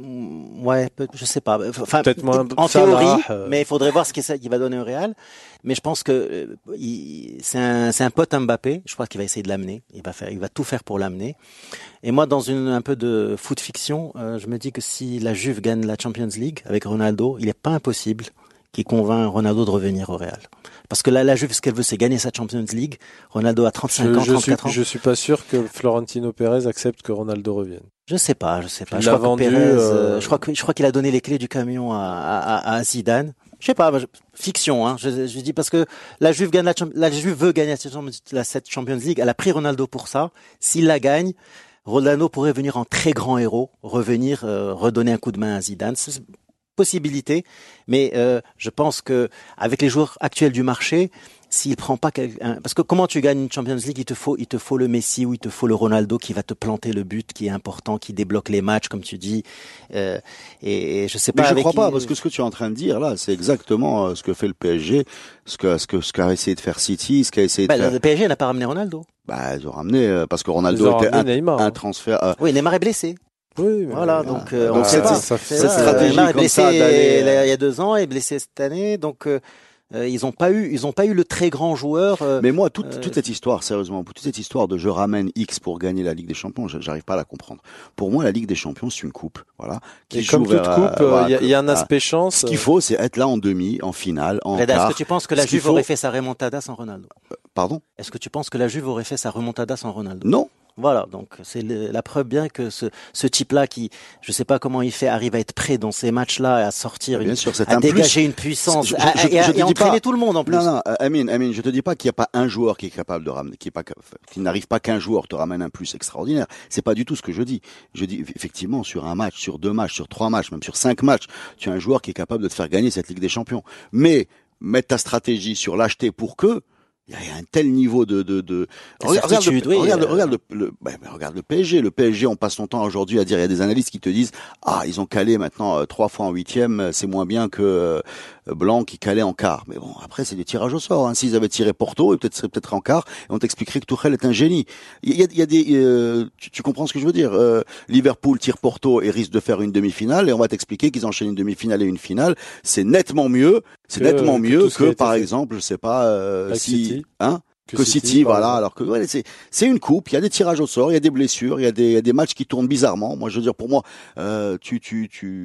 ouais, peut- je sais pas. Enfin, Peut-être moins en Salah, théorie, euh. mais il faudrait voir ce qu'il va donner au Real. Mais je pense que euh, il, c'est un, c'est un pote Mbappé. Je crois qu'il va essayer de l'amener. Il va faire, il va tout faire pour l'amener. Et moi, dans une un peu de foot fiction, euh, je me dis que si la Juve gagne la Champions League avec Ronaldo, il n'est pas impossible qu'il convainc Ronaldo de revenir au Real. Parce que là, la Juve, ce qu'elle veut, c'est gagner sa Champions League. Ronaldo a trente-cinq Je, ans, je suis, trente-quatre ans. je suis pas sûr que Florentino Pérez accepte que Ronaldo revienne. Je sais pas, je sais pas. Il Je l'a crois que vendu, Pérez, euh, euh, je crois que je crois qu'il a donné les clés du camion à, à, à Zidane. Je sais pas, je- fiction, hein. Je, je dis parce que la Juve gagne la, Champ- la Juve veut gagner cette Champions- la cette Champions League. Elle a pris Ronaldo pour ça. S'il la gagne, Ronaldo pourrait venir en très grand héros, revenir, euh, redonner un coup de main à Zidane. C'est une possibilité, mais euh, je pense que avec les joueurs actuels du marché, s'il prend pas quelqu'un, parce que comment tu gagnes une Champions League, il te faut, il te faut le Messi ou il te faut le Ronaldo qui va te planter le but, qui est important, qui débloque les matchs, comme tu dis. Euh, et, et je sais pas. Mais je avec crois qui- pas, parce que ce que tu es en train de dire là, c'est exactement euh, ce que fait le P S G, ce que ce que ce qu'a essayé de faire City, ce qu'a essayé de Bah, faire. le P S G n'a pas ramené Ronaldo. Bah, ils ont ramené euh, parce que Ils Ronaldo ont était ramené un, Neymar, un hein. transfert. euh, Oui, Neymar est blessé. Oui, mais Voilà, euh, donc euh, bah, on ne sait cette- pas. cette C'est cette ça, stratégie Neymar est comme blessé ça d'aller, euh, il y a deux ans, est blessé cette année, donc euh, euh, ils ont pas eu, ils ont pas eu le très grand joueur. euh, Mais moi, toute, euh, toute cette histoire, sérieusement, toute cette histoire de je ramène X pour gagner la Ligue des Champions, je- j'arrive pas à la comprendre. Pour moi, la Ligue des Champions, c'est une coupe, voilà. Qui Et joue comme toute vers, coupe, euh, il voilà, y, a- y a un que- aspect chance. Ce qu'il faut, c'est être là en demi, en finale, en Reda, est-ce quart. que tu penses que la Ce qu'il Juve faut- aurait fait sa remontada sans Ronaldo? Pardon? Est-ce que tu penses que la Juve aurait fait sa remontada sans Ronaldo? Non. Voilà, donc c'est le- la preuve bien que ce, ce type-là qui, je sais pas comment il fait, arrive à être prêt dans ces matchs-là, à sortir, Bien une, sûr, c'est à un plus. dégager une puissance, Je- je- à- je- et à, je te et à dis entraîner pas- tout le monde en plus. Non, non, euh, Amine, Amine, je te dis pas qu'il n'y a pas un joueur qui est capable de ramener, qui est pas, ca- qui n'arrive pas qu'un joueur te ramène un plus extraordinaire. C'est pas du tout ce que je dis. Je dis, effectivement, sur un match, sur deux matchs, sur trois matchs, même sur cinq matchs, tu as un joueur qui est capable de te faire gagner cette Ligue des Champions. Mais, mettre ta stratégie sur l'acheter pour que, Il y a un tel niveau de, de, de... Regarde, regarde, le, oui, regarde, euh... regarde, le, le, bah, regarde le P S G. Le P S G, on passe son temps aujourd'hui à dire, il y a des analystes qui te disent, ah, ils ont calé maintenant euh, trois fois en huitième, c'est moins bien que euh, Blanc qui calait en quart. Mais bon, après, c'est des tirages au sort. Hein. S'ils avaient tiré Porto, ils peut-être seraient peut-être en quart, et on t'expliquerait que Tuchel est un génie. Il y a, il y a des, euh, tu, tu comprends ce que je veux dire. Euh, Liverpool tire Porto et risque de faire une demi-finale, et on va t'expliquer qu'ils enchaînent une demi-finale et une finale. C'est nettement mieux. C'est que, nettement que mieux que, par fait. exemple, je sais pas, euh, si, City. hein. Que, que City, City, voilà. Alors que ouais, c'est c'est une coupe. Il y a des tirages au sort, il y a des blessures, il y a des il y a des matchs qui tournent bizarrement. Moi, je veux dire, pour moi, euh, tu tu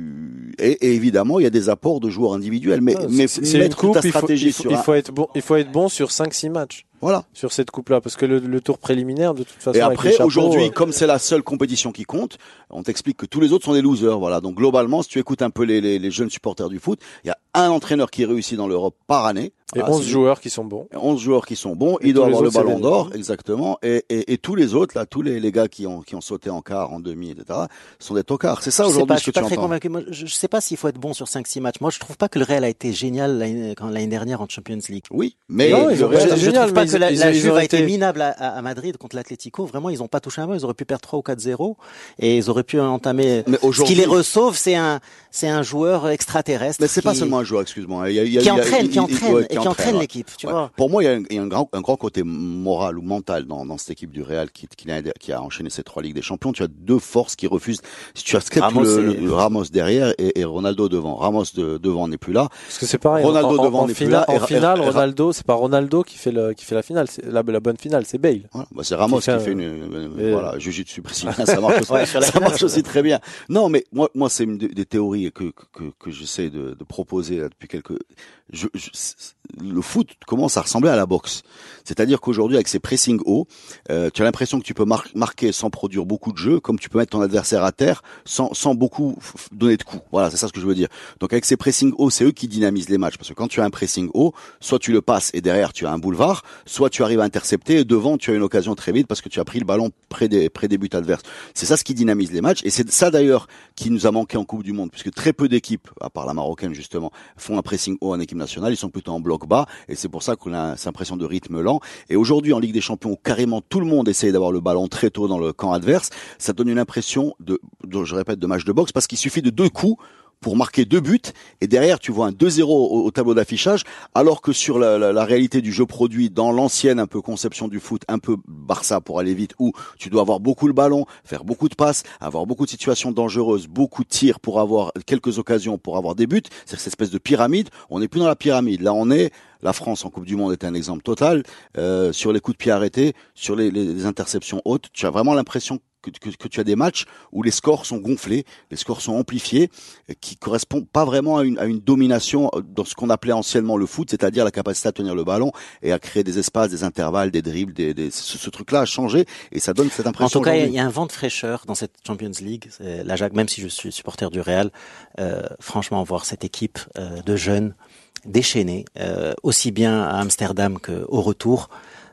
tu et, et évidemment, il y a des apports de joueurs individuels. Mais ah, mais c'est mettre une coupe, ta stratégie il faut, il faut, sur il un... faut être bon, il faut être bon sur cinq six matchs. Voilà. Sur cette coupe-là, parce que le, le tour préliminaire, de toute façon. Et après, chapeaux, aujourd'hui, euh... comme c'est la seule compétition qui compte, on t'explique que tous les autres sont des losers. Voilà. Donc globalement, si tu écoutes un peu les, les, les jeunes supporters du foot, il y a un entraîneur qui réussit dans l'Europe par année. Et ah, onze joueurs qui sont bons. onze joueurs qui sont bons. Et il doit avoir le autres, ballon d'or, exactement. Et, et, et tous les autres, là, tous les, les gars qui ont, qui ont sauté en quart, en demi, et cetera, sont des tocards. C'est ça je aujourd'hui pas, ce que tu entends. Je suis pas très convaincu. Moi, je, je sais pas s'il faut être bon sur cinq six matchs. Moi, je trouve pas que le Real a été génial l'année, quand, l'année dernière en Champions League. Oui, mais non, le ils ont Real, je, je génial, trouve pas que la, ils, la ils Juve a été... été minable à, à Madrid contre l'Atlético. Vraiment, ils ont pas touché un mot. Ils auraient pu perdre trois ou quatre zéro et ils auraient pu entamer. Mais ce qui les ressauve, c'est un, c'est un joueur extraterrestre. Mais c'est qui... pas seulement un joueur, excuse-moi. Il y a, il y a, qui entraîne, il y a, qui entraîne, ouais, et qui qui entraîne ouais. l'équipe. Tu ouais. vois. Pour moi, il y a un, il y a un grand, un grand côté moral ou mental dans, dans cette équipe du Real qui, qui, a, qui a enchaîné ces trois Ligues des Champions. Tu as deux forces qui refusent. Si tu as Ramos, le, et... le Ramos derrière et, et Ronaldo devant. Ramos de, devant n'est plus là. Parce que c'est pareil. Ronaldo en, devant en, n'est en plus finale, là. En finale, et, Ronaldo, c'est pas Ronaldo qui fait le, qui fait la finale. C'est la, la bonne finale, c'est Bale. Voilà, bah c'est Ramos qui fait, qui fait une, une et... voilà, jiu-jitsu brésilien. Ça marche aussi, ouais, ça marche aussi très bien. Non, mais moi, moi, c'est une des, des théories que, que, que j'essaie de, de proposer là, depuis quelques, je, je, le foot commence à ressembler à la boxe. C'est-à-dire qu'aujourd'hui, avec ces pressing hauts, euh, tu as l'impression que tu peux mar- marquer sans produire beaucoup de jeux, comme tu peux mettre ton adversaire à terre sans, sans beaucoup f- donner de coups. Voilà, c'est ça ce que je veux dire. Donc avec ces pressing hauts, c'est eux qui dynamisent les matchs. Parce que quand tu as un pressing haut, soit tu le passes et derrière tu as un boulevard, soit tu arrives à intercepter et devant tu as une occasion très vite parce que tu as pris le ballon près des, près des buts adverses. C'est ça ce qui dynamise les matchs. Et c'est ça d'ailleurs qui nous a manqué en Coupe du Monde, puisque très peu d'équipes, à part la marocaine justement, font un pressing haut en équipe nationale. Ils sont plutôt en bloc bas et c'est pour ça qu'on a cette impression de rythme lent. Et aujourd'hui en Ligue des Champions, où carrément tout le monde essaye d'avoir le ballon très tôt dans le camp adverse, ça donne une impression de, de je répète, de match de boxe parce qu'il suffit de deux coups pour marquer deux buts et derrière tu vois un deux zéro au, au tableau d'affichage, alors que sur la, la, la réalité du jeu produit dans l'ancienne un peu conception du foot, un peu Barça pour aller vite, où tu dois avoir beaucoup le ballon, faire beaucoup de passes, avoir beaucoup de situations dangereuses, beaucoup de tirs pour avoir quelques occasions pour avoir des buts, c'est cette espèce de pyramide. On n'est plus dans la pyramide, là on est la France en Coupe du Monde est un exemple total, euh, sur les coups de pied arrêtés, sur les, les, les interceptions hautes, tu as vraiment l'impression que, que, que tu as des matchs où les scores sont gonflés, les scores sont amplifiés, qui correspondent pas vraiment à une, à une domination dans ce qu'on appelait anciennement le foot, c'est-à-dire la capacité à tenir le ballon et à créer des espaces, des intervalles, des dribbles, des, des, ce, ce truc-là a changé et ça donne cette impression. En tout cas, il y a un vent de fraîcheur dans cette Champions League. C'est l'Ajax, même si je suis supporter du Real, euh, franchement, voir cette équipe euh, de jeunes déchaînés, euh, aussi bien à Amsterdam qu'au retour,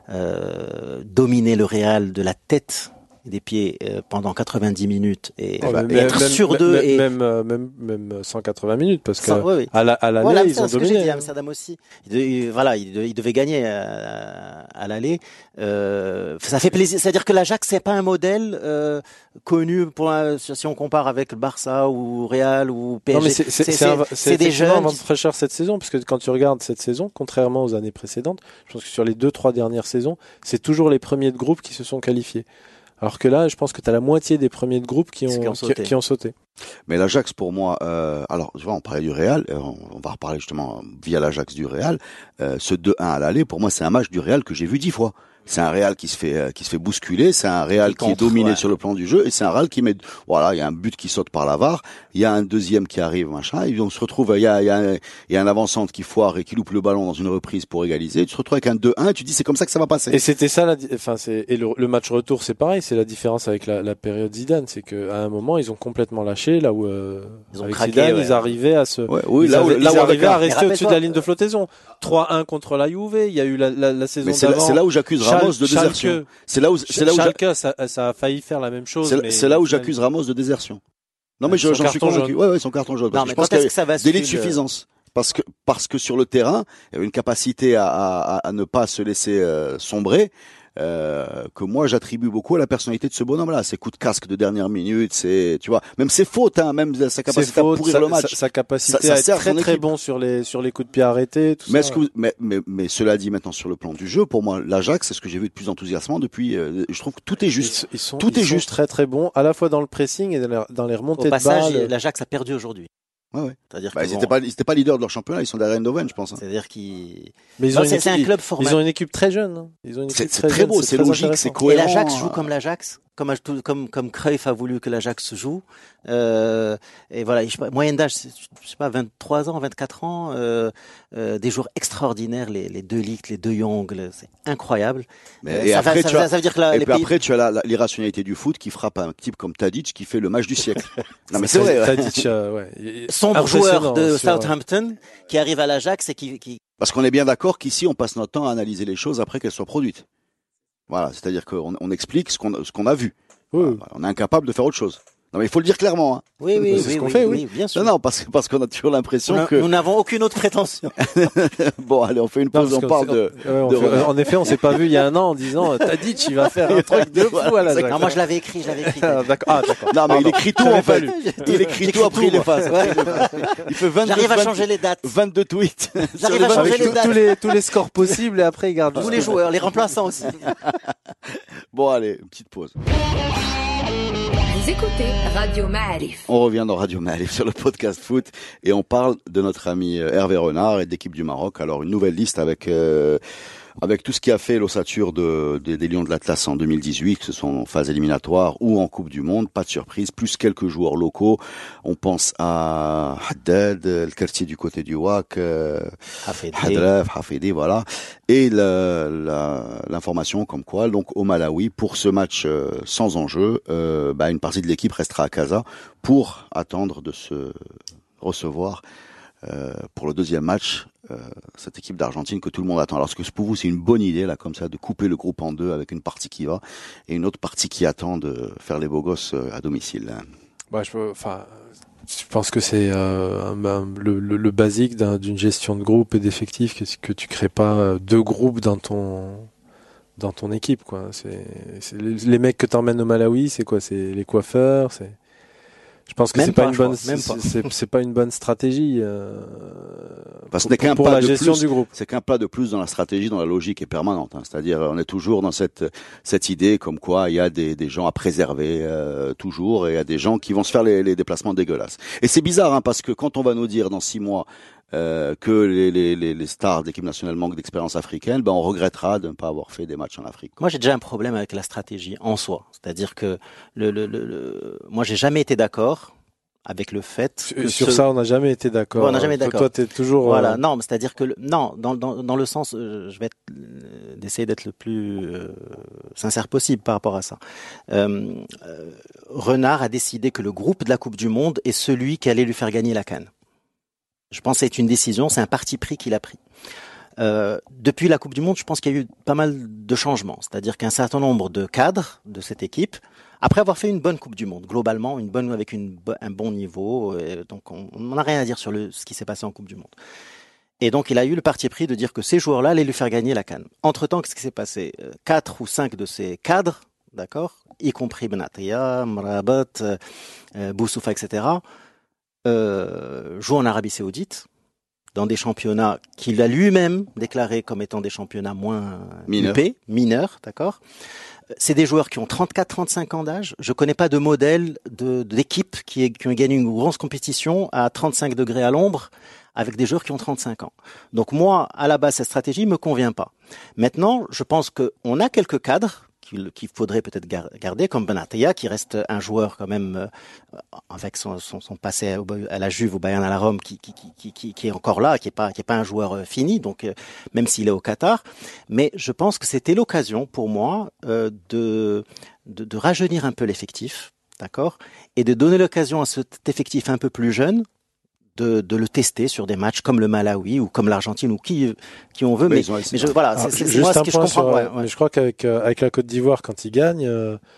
euh, dominer le Real de la tête des pieds euh, pendant quatre-vingt-dix minutes et, oh, bah, même, et être même, sûr même, d'eux même, et même, euh, même même cent quatre-vingts minutes parce que cent, oui, oui. à la à l'aller voilà, ils ont ce que dominé. j'ai dit, Amsterdam aussi. Il, il, voilà, il, il devait gagner à, à l'aller. Euh, ça fait plaisir. C'est-à-dire que l'Ajax c'est pas un modèle euh, connu pour la, si on compare avec le Barça ou Real ou P S G. Non mais c'est c'est, c'est, c'est, un, c'est, c'est des jeunes. Un vent de fraîcheur cette saison parce que quand tu regardes cette saison, contrairement aux années précédentes, je pense que sur les deux trois dernières saisons, c'est toujours les premiers de groupe qui se sont qualifiés. Alors que là, je pense que tu as la moitié des premiers de groupe qui ont, qui ont, sauté. Qui, qui ont sauté. Mais l'Ajax, pour moi, euh, alors, tu vois, on parlait du Real, on, on va reparler justement via l'Ajax du Real. Euh, ce deux un à l'aller, pour moi, c'est un match du Real que j'ai vu dix fois. C'est un Real qui se fait euh, qui se fait bousculer, c'est un Real qui, qui est dominé ouais. sur le plan du jeu, et c'est un Real qui met, voilà, il y a un but qui saute par la V A R, il y a un deuxième qui arrive, machin, et on se retrouve, il y a il y a un, il y a un avançante qui foire et qui loupe le ballon dans une reprise pour égaliser. Tu te retrouves avec un deux un, et tu dis c'est comme ça que ça va passer. Et c'était ça, la, enfin c'est et le, le match retour c'est pareil, c'est la différence avec la, la période Zidane, c'est que à un moment ils ont complètement lâché, là où euh, ils ont avec craqué, Zidane ouais. ils arrivaient à se, ouais, oui, ils, là où, avaient, là ils où arrivaient à rester au-dessus de la ligne de flottaison. trois un contre la Juve, il y a eu la, la, la saison mais c'est d'avant. Là, c'est là où j'accuse Ramos de désertion. C'est là où, c'est là où Schalke, ça, ça a failli faire la même chose. C'est, mais c'est là où j'accuse Ramos de désertion. Non mais je, j'en suis convaincu. Ouais, ouais, son carton jaune. Non, parce que je pense qu'il y a délit de suffisance. parce que parce que sur le terrain, il y avait une capacité à, à, à ne pas se laisser euh, sombrer. Euh, que moi j'attribue beaucoup à la personnalité de ce bonhomme-là. Ses coups de casque de dernière minute, c'est, tu vois, même ses fautes, hein, même sa capacité fautes, à pourrir sa, le match, sa, sa capacité ça, ça à être très très équipe. bon sur les sur les coups de pied arrêtés. Tout mais, ça. Est-ce que vous, mais mais mais cela dit maintenant sur le plan du jeu, pour moi l'Ajax, c'est ce que j'ai vu de plus enthousiasmant depuis. Euh, je trouve que tout est juste. Ils, ils sont, tout ils est sont juste. Très très bons, à la fois dans le pressing et dans les, dans les remontées Au passage, de balles. l'Ajax a perdu aujourd'hui. Ouais, ouais. C'est-à-dire bah, que ils bon, n'étaient pas, ils étaient pas leaders de leur championnat, ils sont derrière Eindhoven, je pense. Hein. C'est-à-dire qu'ils. Mais ils non, ont c'est, une c'est équipe, un club formé. Ils ont une équipe très jeune. Hein. Ils ont une C'est, équipe c'est très, très jeune, beau, c'est, c'est très logique, intéressant. c'est Et cohérent. l'Ajax joue comme l'Ajax, comme comme comme Cruyff a voulu que l'Ajax joue. Euh, et voilà, je sais pas, moyenne d'âge, c'est, je sais pas, vingt-trois ans, vingt-quatre ans, euh, euh, des joueurs extraordinaires, les, les deux Ligt, les deux Young, le- c'est incroyable. Mais, Euh, et ça, après, va, tu ça, as, ça veut dire que la, et les puis pays... après, tu as la, la, l'irrationalité du foot qui frappe un type comme Tadic qui fait le match du siècle. Non, mais c'est vrai. Ouais. Tadic, euh, ouais. sombre joueur de sur... Southampton qui arrive à l'Ajax et qui, qui... Parce qu'on est bien d'accord qu'ici, on passe notre temps à analyser les choses après qu'elles soient produites. Voilà, c'est-à-dire qu'on on explique ce qu'on, ce qu'on a vu. Oui. Voilà, on est incapable de faire autre chose. Non, mais il faut le dire clairement. Hein. Oui, oui, C'est oui, ce qu'on oui, fait, oui, bien sûr. Non, non, parce, parce qu'on a toujours l'impression Nous, que... nous n'avons aucune autre prétention. Bon, allez, on fait une Non, pause, on parle on, de... ouais, on de fait, Renard. en effet, on s'est pas vu il y a un an en disant Tadic, il va faire un truc de fou à la Non, moi je l'avais écrit, je l'avais écrit. Ah, d'accord. Ah, d'accord. Non, mais il Pardon. écrit tout, J'avais en pas fait. lu. Il écrit tout, après il efface. Il fait vingt-deux, J'arrive à vingt- changer les dates. vingt-deux tweets. J'arrive à changer Avec les tous- dates. tous les tous les scores possibles et après il garde Tous les joueurs, les remplaçants aussi. Bon, allez, une petite pause. Vous écoutez Radio Ma'arif. On revient dans Radio Ma'arif sur le podcast foot et on parle de notre ami Hervé Renard et de l'équipe du Maroc. Alors, une nouvelle liste avec euh, avec tout ce qui a fait l'ossature de, de, des Lions de l'Atlas en deux mille dix-huit, que ce soit en phase éliminatoire ou en Coupe du Monde. Pas de surprise, plus quelques joueurs locaux. On pense à Haddad, le quartier du côté du W A C, euh, Hafidi. Hadraf, Hafidi, voilà. Et la, la, l'information comme quoi, donc au Malawi, pour ce match euh, sans enjeu, euh, bah, une partie de l'équipe restera à Casa pour attendre de se recevoir euh, pour le deuxième match, euh, cette équipe d'Argentine que tout le monde attend. Alors, est-ce que pour vous, c'est une bonne idée, là, comme ça, de couper le groupe en deux avec une partie qui va et une autre partie qui attend de faire les beaux gosses euh, à domicile, hein. Bah, je, enfin, je pense que c'est euh, un- un- le, le, le basique d'un, d'une gestion de groupe et d'effectifs que, que tu crées pas euh, deux groupes dans ton dans ton équipe, quoi. C'est, c'est les, les mecs que t'emmènes au Malawi, c'est quoi? C'est les coiffeurs, c'est. Je pense que Même c'est pas, pas, une je bonne, crois, même c'est, pas. c'est, c'est pas une bonne stratégie. Euh, Parce que ce pour, n'est qu'un pour pas la de gestion plus. du groupe. C'est qu'un pas de plus dans la stratégie, dans la logique est permanente. Hein. C'est-à-dire, on est toujours dans cette cette idée comme quoi il y a des des gens à préserver euh, toujours, et il y a des gens qui vont se faire les, les déplacements dégueulasses. Et c'est bizarre, hein, parce que quand on va nous dire dans six mois euh, que les, les les les stars d'équipe nationale manquent d'expérience africaine, ben on regrettera de ne pas avoir fait des matchs en Afrique. Moi, j'ai déjà un problème avec la stratégie en soi. C'est-à-dire que le, le, le, le... moi, j'ai jamais été d'accord avec le fait que Sur ce- ça, on n'a jamais été d'accord. Ouais, on n'a jamais été Toi, d'accord. Toi, t'es toujours. Voilà, euh, non, mais c'est-à-dire que le, non, dans, dans, dans le sens, euh, je vais être, euh, d'essayer d'être le plus euh, sincère possible par rapport à ça. Euh, euh, Renard a décidé que le groupe de la Coupe du Monde est celui qui allait lui faire gagner la CAN. Je pense que c'est une décision, c'est un parti pris qu'il a pris. Euh, depuis la Coupe du Monde, je pense qu'il y a eu pas mal de changements. C'est-à-dire qu'un certain nombre de cadres de cette équipe, après avoir fait une bonne Coupe du Monde, globalement, une bonne avec une, un bon niveau, euh, donc on n'a rien à dire sur le, ce qui s'est passé en Coupe du Monde. Et donc il a eu le parti pris de dire que ces joueurs-là allaient lui faire gagner la CAN. Entre-temps, qu'est-ce qui s'est passé? Euh, Quatre ou cinq de ces cadres, d'accord, y compris Benatia, Mrabat, euh, Boussoufa, et cetera, euh, jouent en Arabie Saoudite, dans des championnats qu'il a lui-même déclarés comme étant des championnats moins Mineurs. huppés, mineurs, d'accord. C'est des joueurs qui ont trente-quatre trente-cinq ans d'âge. Je connais pas de modèle de, d'équipe qui, est, qui ont gagné une grosse compétition à trente-cinq degrés à l'ombre avec des joueurs qui ont trente-cinq ans. Donc moi, à la base, cette stratégie me convient pas. Maintenant, je pense qu'on a quelques cadres qu'il, qu'il faudrait peut-être garder, comme Benatia, qui reste un joueur quand même euh, avec son, son, son passé à la Juve, au Bayern, à la Rome, qui, qui, qui, qui, qui est encore là, qui est pas, qui est pas un joueur euh, fini, donc euh, même s'il est au Qatar. Mais je pense que c'était l'occasion pour moi euh, de, de, de rajeunir un peu l'effectif, d'accord, et de donner l'occasion à cet effectif un peu plus jeune de, de le tester sur des matchs comme le Malawi ou comme l'Argentine ou qui, qui on veut. Mais, mais, mais je, voilà, Alors, c'est, c'est juste moi ce un que je point comprends. sur, Ouais, ouais. Mais je crois qu'avec euh, avec la Côte d'Ivoire, quand ils gagnent, euh,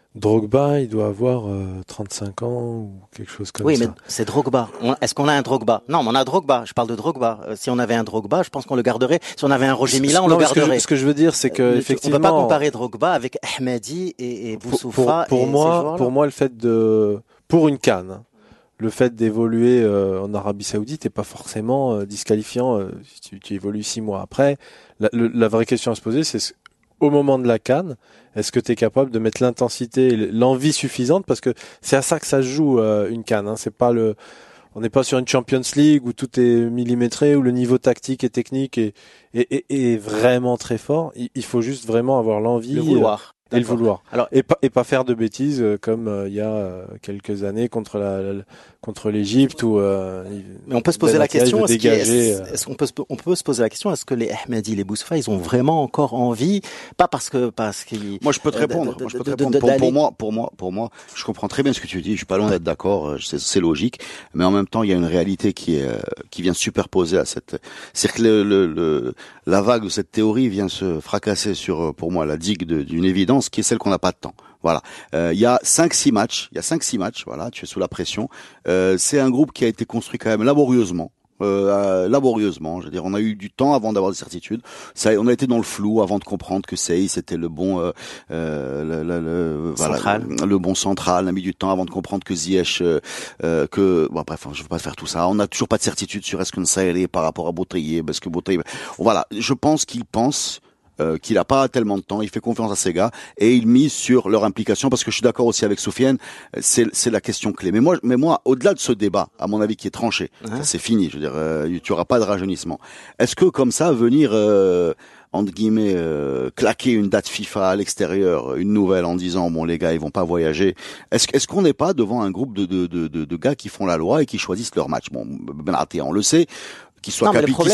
Drogba, il doit avoir euh, trente-cinq ans ou quelque chose comme oui, ça. Oui, mais c'est Drogba. On, est-ce qu'on a un Drogba? Non, mais on a Drogba. Je parle de Drogba. Euh, si on avait un Drogba, je pense qu'on le garderait. Si on avait un Roger Mila, on non, le garderait. Ce que, je, ce que je veux dire, c'est que euh, effectivement, on peut pas comparer Drogba avec Ahmadi et, et Boussoufa. Pour, pour, pour et moi, pour moi, le fait de, pour une CAN, hein, le fait d'évoluer euh, en Arabie Saoudite n'est pas forcément euh, disqualifiant. Euh, si tu, tu évolues six mois après, la, le, la vraie question à se poser, c'est au moment de la CAN, est-ce que tu es capable de mettre l'intensité, l'envie suffisante, parce que c'est à ça que ça se joue euh, une CAN. Hein, c'est pas le, on n'est pas sur une Champions League où tout est millimétré, où le niveau tactique et technique est, est, est, est vraiment très fort. Il, il faut juste vraiment avoir l'envie, le vouloir. Et D'accord. le vouloir. Alors, et pas et pas faire de bêtises euh, comme euh, il y a euh, quelques années contre la, la contre l'Égypte où. Euh, Mais on peut se poser la question est-ce, dégager, est-ce, est-ce qu'on peut se, on peut se poser la question est-ce que les Ahmadi, les Boussoufa, ils ont vraiment encore envie, pas parce que parce qu'ils. Moi je peux te répondre. Euh, de, moi je peux te répondre. De, de, pour, pour moi pour moi pour moi je comprends très bien ce que tu dis. Je suis pas loin d'être d'accord. C'est, c'est logique. Mais en même temps il y a une réalité qui est qui vient se superposer à cette. C'est que le, le, le la vague de cette théorie vient se fracasser sur pour moi la digue de, d'une évidence qui est celle qu'on n'a pas de temps. Voilà, euh, il y a cinq six matchs, il y a cinq six matchs, voilà, tu es sous la pression. Euh, c'est un groupe qui a été construit quand même laborieusement. Euh, laborieusement, je veux dire, on a eu du temps avant d'avoir des certitudes. Ça, on a été dans le flou avant de comprendre que Sey c'était le bon, euh, euh, le, le, le, voilà, le, le bon central. On a mis du temps avant de comprendre que Ziyech, euh, euh, que, bon, bref, je veux pas faire tout ça. On n'a toujours pas de certitude sur est-ce que Nsaïri par rapport à Boutaïe, parce que Boutaïe, voilà, je pense qu'il pense. Euh, qu'il n'a pas tellement de temps, il fait confiance à ces gars et il mise sur leur implication parce que je suis d'accord aussi avec Soufiane, c'est c'est la question clé. Mais moi, mais moi, au-delà de ce débat, à mon avis, qui est tranché, hein? Ça, c'est fini. Je veux dire, euh, tu auras pas de rajeunissement. Est-ce que comme ça, venir euh, entre guillemets euh, claquer une date FIFA à l'extérieur, une nouvelle en disant bon les gars ils vont pas voyager, est-ce est-ce qu'on n'est pas devant un groupe de de de de, de gars qui font la loi et qui choisissent leur match? Bon, Benaté, on le sait. Qu'il soit capitaine,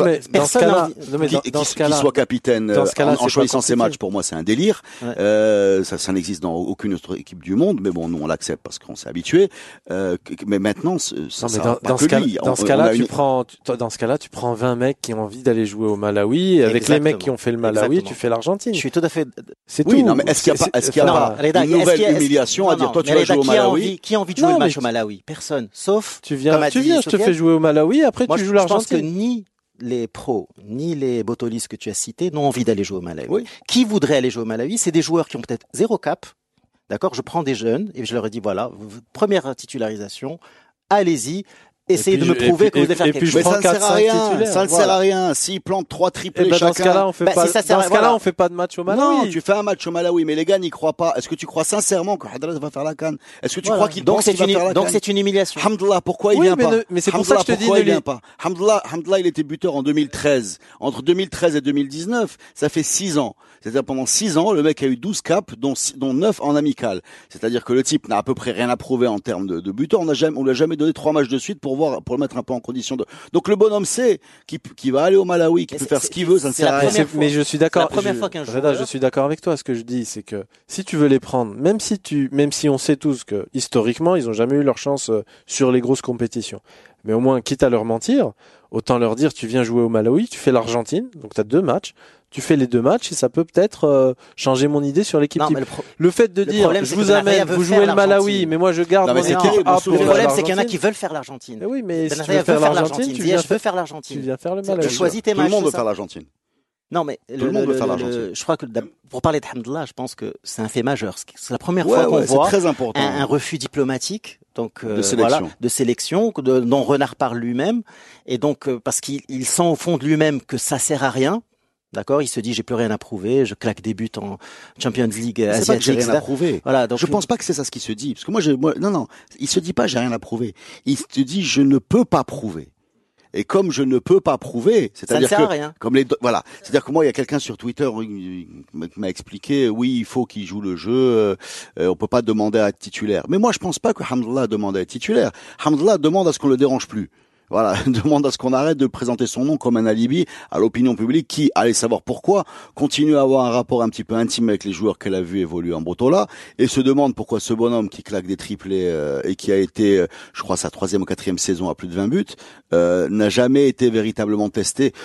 soit capitaine euh, en, en choisissant ses matchs, pour moi c'est un délire. Ouais. Euh, ça, ça n'existe dans aucune autre équipe du monde, mais bon, nous on l'accepte parce qu'on s'est habitué. Euh, mais maintenant, ça, non, mais dans, dans, ce cas, dans ce cas-là, tu une... prends, tu, dans ce cas-là, tu prends vingt mecs qui ont envie d'aller jouer au Malawi. Et avec Exactement. les mecs qui ont fait le Malawi, Exactement. tu fais l'Argentine. Je suis tout à fait. C'est oui, tout. non, mais est-ce qu'il n'y a pas, est-ce qu'il y a pas une nouvelle humiliation à dire toi tu vas jouer au Malawi? Qui a envie de jouer le match au Malawi? Personne, sauf. Tu viens, tu viens, je te fais jouer au Malawi. Après, tu joues l'Argentine. Je pense que ni les pros, ni les Botolis que tu as cités n'ont envie d'aller jouer au Malawi. Oui. Qui voudrait aller jouer au Malawi? C'est des joueurs qui ont peut-être zéro cap. D'accord? Je prends des jeunes et je leur ai dit, voilà, première titularisation, allez-y. Essayez de me prouver que vous devez faire quelque chose. Mais ça ne sert à rien. Ça ne sert à rien. S'ils plantent trois triplés chacun. Dans ce cas-là, on fait pas, dans ce cas-là, on fait pas de match au Malawi. Non, tu fais un match au Malawi, mais les gars n'y croient pas. Est-ce que tu crois sincèrement que Hadras va faire la CAN? Est-ce que tu crois qu'il pense qu'il va faire la CAN? Donc c'est une humiliation. Hamdallah, pourquoi il vient pas? Mais c'est pour ça que je te dis, il vient pas. Hamdallah, Hamdallah, il était buteur en deux mille treize. Entre deux mille treize et deux mille dix-neuf, ça fait six ans. C'est-à-dire pendant six ans, le mec a eu douze caps, dont dont neuf en amical. C'est-à-dire que le type n'a à peu près rien à prouver en termes de, de buteur. On a jamais, on lui a jamais donné trois matchs de suite pour voir, pour le mettre un peu en condition de. Donc le bonhomme sait qui qui va aller au Malawi, qui peut faire ce qu'il veut, ça ne sert à rien. Mais je suis d'accord. C'est la première je, fois qu'un Reda, je suis d'accord avec toi. Ce que je dis, c'est que si tu veux les prendre, même si tu, même si on sait tous que historiquement ils ont jamais eu leur chance sur les grosses compétitions, mais au moins quitte à leur mentir, autant leur dire tu viens jouer au Malawi, tu fais l'Argentine, donc tu as deux matchs. Tu fais les deux matchs et ça peut peut-être euh, changer mon idée sur l'équipe. Non, type. Le, pro... le fait de le dire, problème, je vous amène, vous jouez le Malawi, mais moi je garde non, mais mon équipe. Le problème, c'est qu'il y en a qui veulent faire l'Argentine. Mais oui, mais si tu veux faire l'Argentine, tu viens je veux faire l'Argentine. Tu viens faire le Malawi. Tu choisis tes matchs. Tout le monde veut faire l'Argentine. Non, mais tout le monde veut faire l'Argentine. Je crois que pour parler de Hamdallah, je pense que c'est un fait majeur. C'est la première fois qu'on voit un refus diplomatique. Donc de sélection, voilà, de sélection de, dont Renard parle lui-même, et donc euh, parce qu'il il sent au fond de lui-même que ça sert à rien. D'accord, il se dit j'ai plus rien à prouver, je claque des buts en Champions League asiatique. C'est pas que j'ai rien à prouver. Voilà, donc je pense pas que c'est ça ce qu'il se dit, parce que moi, je, moi, non, non, il se dit pas j'ai rien à prouver. Il se dit je ne peux pas prouver. Et comme je ne peux pas prouver, c'est-à-dire ça que ne sert à rien. Comme les voilà, c'est-à-dire que moi il y a quelqu'un sur Twitter qui m'a expliqué oui il faut qu'il joue le jeu, euh, on peut pas demander à être titulaire. Mais moi je pense pas que Hamdallah demande à être titulaire. Hamdallah demande à ce qu'on le dérange plus. Voilà, demande à ce qu'on arrête de présenter son nom comme un alibi à l'opinion publique qui, allez savoir pourquoi, continue à avoir un rapport un petit peu intime avec les joueurs qu'elle a vu évoluer en Botola et se demande pourquoi ce bonhomme qui claque des triplés euh, et qui a été, euh, je crois, sa troisième ou quatrième saison à plus de vingt buts, euh, n'a jamais été véritablement testé.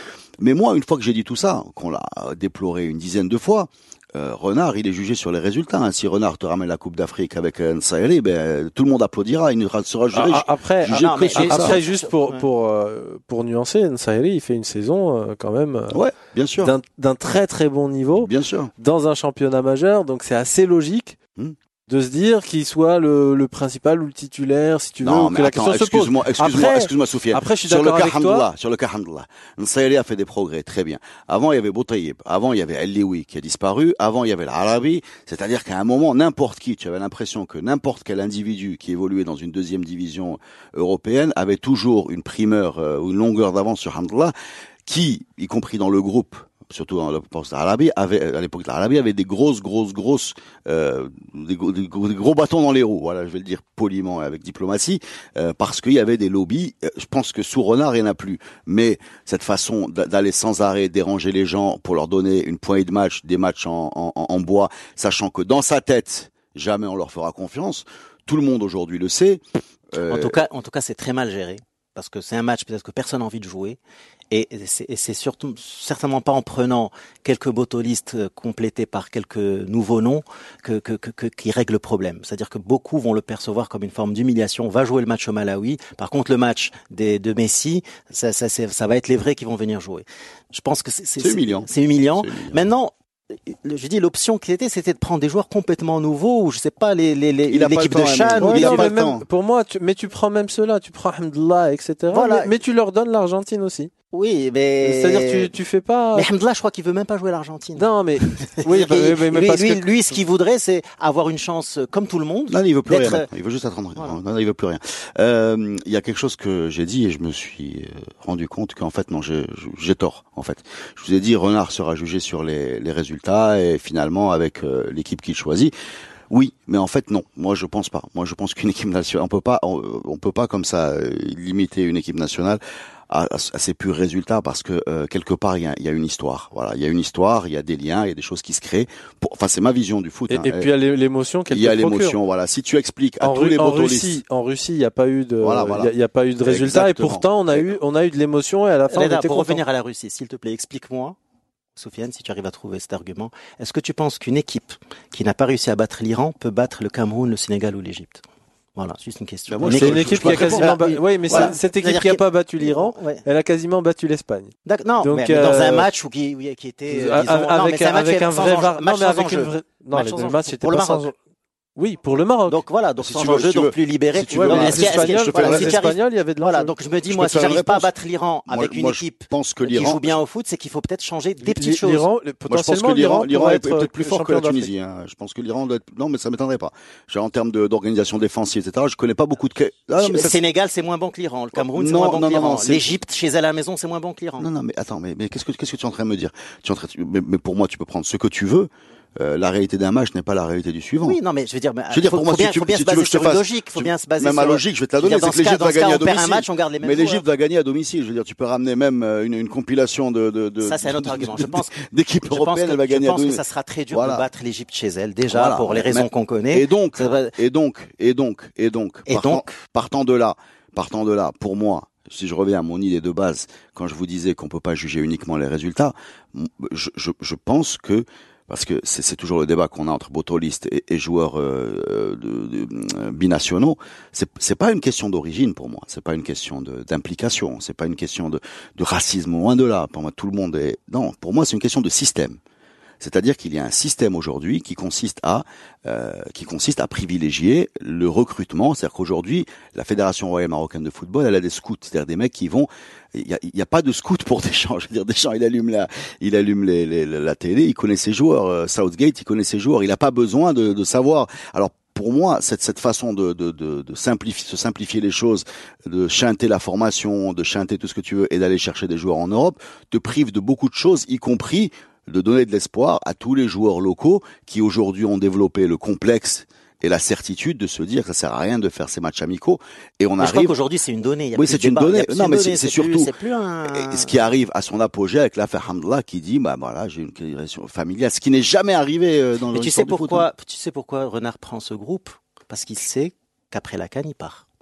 mais moi, une fois que j'ai dit tout ça, qu'on l'a déploré une dizaine de fois, Euh, Renard, il est jugé sur les résultats. Hein. Si Renard te ramène la Coupe d'Afrique avec un Nsahiri, ben tout le monde applaudira. Il ne sera jugé. Ah, après, jugé ah, que mais sur ça. après, juste pour pour euh, pour nuancer, Nsahiri, il fait une saison euh, quand même. Euh, ouais, bien sûr. D'un, d'un très très bon niveau. Bien sûr. Dans un championnat majeur, donc c'est assez logique. Hmm. De se dire qu'il soit le, le principal ou le titulaire, si tu veux, non, ou mais que la attends, question excuse-moi, se pose. excuse-moi, après, excuse-moi, Soufiane. Après, je suis sur d'accord le avec toi. Sur le cas Hamdallah, Nsahiri a fait des progrès, très bien. Avant, il y avait Boutayeb. Avant, il y avait El Lioui qui a disparu. Avant, il y avait l'Arabi. C'est-à-dire qu'à un moment, n'importe qui, tu avais l'impression que n'importe quel individu qui évoluait dans une deuxième division européenne avait toujours une primeur euh, ou une longueur d'avance sur Hamdallah, qui, y compris dans le groupe, surtout dans l'époque de l'Arabie, avait, à l'époque de l'Arabie, avait des grosses, grosses, grosses, euh, des, des, gros, des gros bâtons dans les roues. Voilà, je vais le dire poliment et avec diplomatie, euh, parce qu'il y avait des lobbies. Je pense que sous Renard, il n'y en a plus. Mais cette façon d'aller sans arrêt déranger les gens pour leur donner une poignée de match, des matchs en, en, en bois, sachant que dans sa tête, jamais on leur fera confiance. Tout le monde aujourd'hui le sait. Euh... En tout cas, en tout cas, c'est très mal géré. Parce que c'est un match peut-être que personne n'a envie de jouer. Et c'est, et c'est surtout, certainement pas en prenant quelques botolistes complétés par quelques nouveaux noms que, que, que, que, qui règle le problème. C'est-à-dire que beaucoup vont le percevoir comme une forme d'humiliation. On va jouer le match au Malawi. Par contre, le match des, de Messi, ça, ça, c'est, ça va être les vrais qui vont venir jouer. Je pense que c'est, c'est, c'est humiliant. C'est, c'est humiliant. C'est humiliant. Maintenant, je dis l'option qui était, c'était de prendre des joueurs complètement nouveaux, ou je sais pas, les, les, les l'équipe de Chan, ouais, il a pas le temps. Pour moi, tu, mais tu prends même ceux-là, tu prends Hamdallah, et cetera. Voilà. Mais, mais tu leur donnes l'Argentine aussi. Oui, mais c'est-à-dire tu tu fais pas. Mais Hamdallah, je crois qu'il veut même pas jouer l'Argentine. Non, mais oui, bah, lui, mais, mais lui, parce lui, que... lui, ce qu'il voudrait, c'est avoir une chance comme tout le monde. Non, il veut plus rien. Il veut juste attendre. Voilà. Non, il veut plus rien. Euh, il y a quelque chose que j'ai dit et je me suis rendu compte qu'en fait, non, j'ai, j'ai tort. En fait, je vous ai dit, Renard sera jugé sur les, les résultats et finalement avec euh, l'équipe qu'il choisit. Oui, mais en fait non. Moi je pense pas. Moi je pense qu'une équipe nationale, on peut pas, on, on peut pas comme ça euh, limiter une équipe nationale à, à, à ses purs résultats parce que euh, quelque part il y a, il y a une histoire. Voilà, il y a une histoire, il y a des liens, il y a des choses qui se créent. Pour, enfin c'est ma vision du foot. Et, hein. et puis il y a l'émotion qu'elle Il y a te procure. l'émotion. Voilà. Si tu expliques à en tous Ru- les en botolistes. Russie, en Russie, il y a pas eu de, voilà, voilà. Il y a, il y a pas eu de résultats et pourtant on a eu, on a eu de l'émotion et à la fin Reda, on était pour content. revenir à la Russie, s'il te plaît, explique-moi. Soufiane, si tu arrives à trouver cet argument, est-ce que tu penses qu'une équipe qui n'a pas réussi à battre l'Iran peut battre le Cameroun, le Sénégal ou l'Égypte? Voilà, c'est juste une question. Ben moi, une c'est équipe, une équipe qui a quasiment battu. Oui, mais voilà. Cette équipe qui n'a pas battu l'Iran, ouais. Elle a quasiment battu l'Espagne. D'accord. Non, Donc, mais, euh... dans un match où qui, qui était euh, disons, avec, non, un, avec un vrai var... match non, mais avec enjeu. une vraie... non, match le match était pour le pas Maroc. sans... Oui, pour le Maroc. Donc voilà, donc si sans veux, enjeu, si donc veux, plus libéré. Si tu veux, ouais, l'Espagnol, il y avait de l'enjeu. Voilà, donc je me dis, moi, si j'arrive pas à battre l'Iran avec une moi, équipe pense que qui joue bien au foot, c'est qu'il faut peut-être changer des petites choses. L'Iran, moi, je pense que l'Iran, l'Iran est peut-être plus fort que la Tunisie. Hein. Je pense que l'Iran doit être... Non, mais ça m'étonnerait pas. Genre, en termes de, d'organisation défensive, et cetera, je connais pas beaucoup de... Ah, le Sénégal, c'est moins bon que l'Iran. Le Cameroun, c'est moins bon que l'Iran. L'Égypte, chez elle à la maison, c'est moins bon que l'Iran. Non, non, mais attends, mais qu'est-ce que qu'est-ce que tu es en train de me dire? Tu es en train mais pour moi, tu peux prendre ce que tu veux. Euh, la réalité d'un match n'est pas la réalité du suivant. Oui, non, mais je veux dire, je veux dire faut, pour moi, faut bien, si tu, faut bien si se baser tu veux que je te sur fasse, une logique, faut bien se baser même sur. Même ma logique, je vais te la donner, c'est que l'Égypte va gagner à domicile. Un match, on garde les mêmes mais l'Égypte va gagner à domicile. Je veux dire, tu peux ramener même une, une compilation de, de, de. Ça, c'est un autre argument. Je pense. D'équipe européenne, elle va gagner à domicile. Je pense que ça sera très dur de battre l'Égypte chez elle, déjà, pour les raisons qu'on connaît. Et donc, et donc, et donc, et donc, et donc, partant de là, partant de là, pour moi, si je reviens à mon idée de base, quand je vous disais qu'on peut pas juger uniquement les résultats, je, je, je pense que parce que c'est, c'est toujours le débat qu'on a entre botolistes et, et joueurs euh, de, de, binationaux. C'est, c'est pas une question d'origine pour moi. C'est pas une question de, d'implication. C'est pas une question de, de racisme. Loin de là. Pour moi, tout le monde est. Non, pour moi, c'est une question de système. C'est-à-dire qu'il y a un système aujourd'hui qui consiste à euh, qui consiste à privilégier le recrutement. C'est-à-dire qu'aujourd'hui, la Fédération royale marocaine de football, elle a des scouts, c'est-à-dire des mecs qui vont. Il y a, il y a pas de scout pour Deschamps. Je veux dire, Deschamps, il allume la, il allume les, les, la télé, il connaît ses joueurs. Euh, Southgate, il connaît ses joueurs. Il n'a pas besoin de, de savoir. Alors pour moi, cette, cette façon de, de, de, de simplifier, se simplifier les choses, de chanter la formation, de chanter tout ce que tu veux, et d'aller chercher des joueurs en Europe, te prive de beaucoup de choses, y compris de donner de l'espoir à tous les joueurs locaux qui aujourd'hui ont développé le complexe et la certitude de se dire que ça sert à rien de faire ces matchs amicaux. Et on mais arrive. Je crois qu'aujourd'hui c'est une donnée. Il y a oui, plus c'est de une débat. donnée. Non, mais donnée, c'est, c'est, c'est surtout plus, c'est plus un... ce qui arrive à son apogée avec l'affaire Hamdallah qui dit, bah voilà, j'ai une relation familiale, ce qui n'est jamais arrivé dans le. Mais tu sais pourquoi Tu sais pourquoi Renard prend ce groupe? Parce qu'il sait qu'après la CAN il part.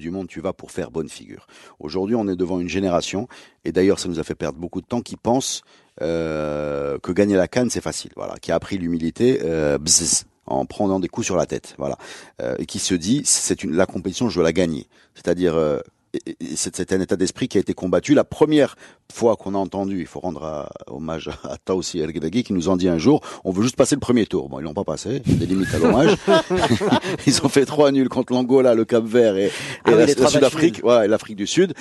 du Monde, tu vas pour faire bonne figure. Aujourd'hui, on est devant une génération, et d'ailleurs, ça nous a fait perdre beaucoup de temps, qui pense euh, que gagner la CAN c'est facile, voilà, qui a appris l'humilité, euh, bzzz, en prenant des coups sur la tête, voilà, euh, et qui se dit c'est une la compétition je veux la gagner, c'est-à-dire euh, et, et c'est, c'est un état d'esprit qui a été combattu. La première fois qu'on a entendu, il faut rendre à, hommage à Taoussi El Ghedagui qui nous ont dit un jour, on veut juste passer le premier tour. Bon, ils l'ont pas passé, des limites à l'hommage. Ils ont fait trois nuls contre l'Angola, le Cap-Vert et, et ah la, oui, la Sud-Afrique, ouais, et l'Afrique du Sud.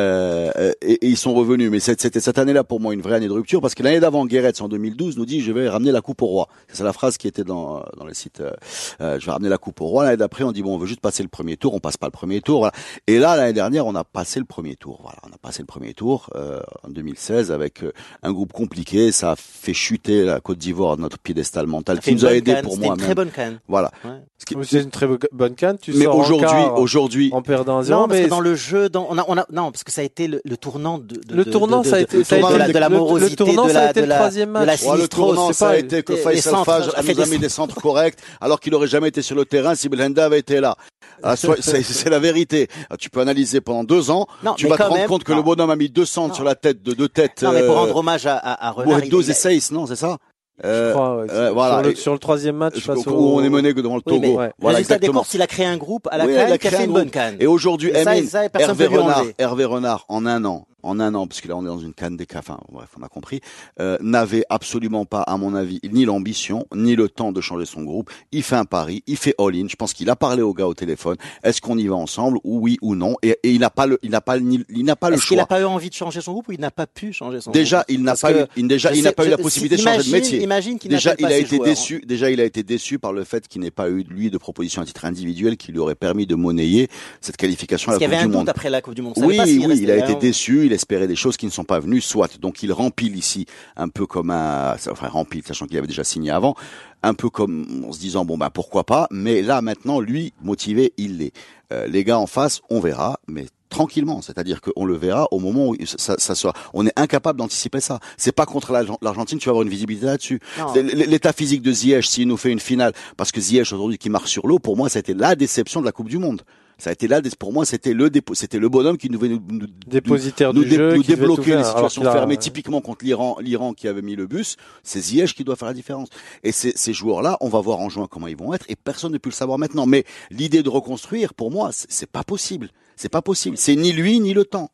Euh, et, et ils sont revenus. Mais cette, c'était cette année-là pour moi une vraie année de rupture parce que l'année d'avant, Guéretz en deux mille douze nous dit je vais ramener la coupe au roi. C'est la phrase qui était dans dans le site. Euh, euh, je vais ramener la coupe au roi. L'année d'après, on dit bon, on veut juste passer le premier tour, on passe pas le premier tour. Voilà. Et là, l'année dernière, on a passé le premier tour. Voilà, on a passé le premier tour. Euh, en deux mille seize avec un groupe compliqué, ça a fait chuter la Côte d'Ivoire de notre piédestal mental qui nous a aidé pour moi. C'était une très bonne canne. Voilà. Ouais. Qui... C'est une très bonne canne. Tu mais sors aujourd'hui, en aujourd'hui, en perdant un zéro. Non, parce mais que dans le jeu, dans, on a, on a, non, parce que ça a été le, le tournant de, de le tournant, de, ça a été, ça a été de, la, de la morosité, le tournant, de ça a la, été de la, le troisième match. de la ouais, le tournant, ça a été que Faisal Faj nous a mis des centres corrects, alors qu'il aurait jamais été sur le terrain si Belhanda avait été là. Ah, soit, c'est, c'est la vérité. Tu peux analyser pendant deux ans. Non, tu vas te rendre même, compte que non. le bonhomme a mis deux centres non. sur la tête de deux têtes. Non, mais pour rendre hommage à, à, à Renard. deux et six, non, c'est ça? Euh, je crois, ouais, euh, voilà. Sur le, sur le troisième match, face où au... on est mené que devant le Togo. Oui, ouais. Voilà, exactement. Il a créé un groupe à la oui, CAN qui a fait une bonne CAN. Et aujourd'hui, et Emin, ça, ça, Hervé Renard, Hervé Renard, en un an, en un an, parce que là on est dans une canne des cas, enfin bref, on a compris, euh, n'avait absolument pas, à mon avis, ni l'ambition, ni le temps de changer son groupe. Il fait un pari, il fait all-in. Je pense qu'il a parlé au gars au téléphone. Est-ce qu'on y va ensemble, ou oui ou non? Et, et il n'a pas le, il n'a pas, il n'a pas le Est-ce choix. Est-ce qu'il n'a pas eu envie de changer son groupe ou il n'a pas pu changer son déjà, groupe? Il n'a pas eu, il, déjà, il n'a pas eu la possibilité de changer de métier. Imagine qu'il déjà, il a été joueurs. déçu. Déjà, il a été déçu par le fait qu'il n'ait pas eu lui de proposition à titre individuel qui lui aurait permis de monnayer cette qualification à la Coupe du Monde. Parce qu'il y avait un doute après la Coupe du Monde. Oui, oui, il a été déçu. Il espérait des choses qui ne sont pas venues, soit. Donc il rempile ici un peu comme un, enfin rempile, sachant qu'il avait déjà signé avant, un peu comme en se disant bon bah pourquoi pas. Mais là maintenant, lui motivé, il l'est. Euh, les gars en face, on verra, mais tranquillement, c'est-à-dire qu'on le verra au moment où ça, ça sera. On est incapable d'anticiper ça. C'est pas contre l'Argentine, tu vas avoir une visibilité là-dessus. Non. L'état physique de Ziyech, s'il nous fait une finale, parce que Ziyech aujourd'hui qui marche sur l'eau, pour moi, ça a été la déception de la Coupe du Monde. Ça a été là, pour moi, c'était le dépôt, c'était le bonhomme qui nous venait nous, nous, dépositaire nous, du jeu, nous qui débloquer les situations a... fermées, typiquement contre l'Iran, l'Iran qui avait mis le bus. C'est Ziyech qui doit faire la différence. Et ces, ces joueurs-là, on va voir en juin comment ils vont être, et personne ne peut le savoir maintenant. Mais l'idée de reconstruire, pour moi, c'est, c'est pas possible. C'est pas possible. C'est ni lui ni le temps.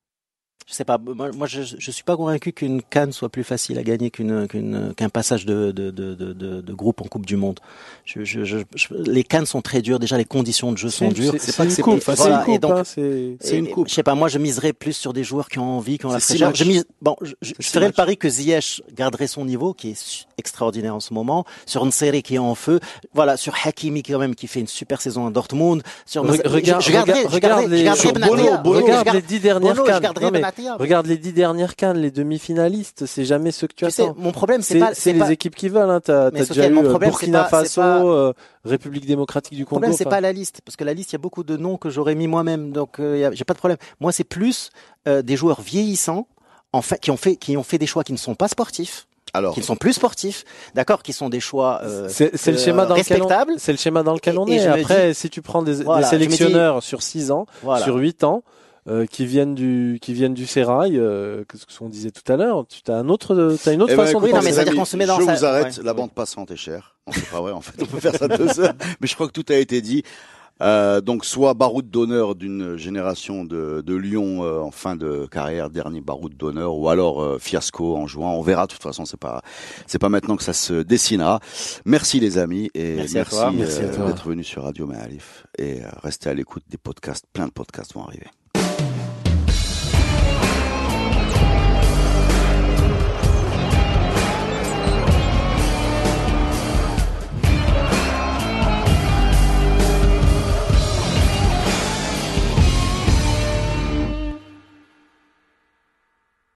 Je sais pas. Moi, moi je, je suis pas convaincu qu'une CAN soit plus facile à gagner qu'une, qu'une, qu'un passage de, de, de, de, de, de groupe en Coupe du Monde. Je, je, je, je, les CAN sont très dures. Déjà, les conditions de jeu sont c'est, dures. C'est, c'est, c'est pas que c'est coupe. Voilà. C'est une coupe. Et donc, hein, c'est, c'est une coupe. Je sais pas. Moi, je miserais plus sur des joueurs qui ont envie, qui ont la fraîcheur. Je mise. Bon, je, je, je ferais le pari que Ziyech garderait son niveau, qui est extraordinaire en ce moment. Sur Nseri qui est en feu. Voilà. Sur Hakimi quand même qui fait une super saison à Dortmund. Sur Re- regarde, je, je garderais, regarde, je garderais, les, je garderais Bono, Bono, regarde les dix dernières CAN. Regarde les dix dernières CAN, les demi-finalistes, c'est jamais ceux que tu, tu attends. Sais, mon problème, c'est, c'est pas, c'est, c'est les pas... équipes qui veulent. Hein. T'as, t'as déjà eu problème, Burkina pas, Faso, pas... Euh, République démocratique du Congo. Le problème, c'est pas la liste, parce que la liste, il y a beaucoup de noms que j'aurais mis moi-même, donc euh, y a, j'ai pas de problème. Moi, c'est plus euh, des joueurs vieillissants, en fait, qui ont fait, qui ont fait des choix qui ne sont pas sportifs. Alors, qui ne sont plus sportifs, d'accord, qui sont des choix euh, c'est, c'est le schéma euh, dans respectables. On, c'est le schéma dans lequel on et, est. Et Après, dis, si tu prends des, voilà, des sélectionneurs dis, sur six ans, voilà. sur huit ans, euh, qui viennent du qui viennent du sérail, euh, que ce qu'on disait tout à l'heure, tu as un autre, t'as une autre eh façon ben, de penser. Oui, non, mais c'est-à-dire qu'on se met dans je ça. vous arrête, ouais. la bande passante est chère. Non, c'est pas vrai en fait. On peut faire ça deux heures, mais je crois que tout a été dit. Euh, donc soit baroud d'honneur d'une génération de, de Lyon euh, en fin de carrière, dernier baroud d'honneur, ou alors euh, fiasco en jouant. On verra. De toute façon, c'est pas c'est pas maintenant que ça se dessinera. Merci les amis et merci, merci, à toi, euh, merci à toi. d'être venus sur Radio Ma'arif et euh, restez à l'écoute des podcasts. Plein de podcasts vont arriver.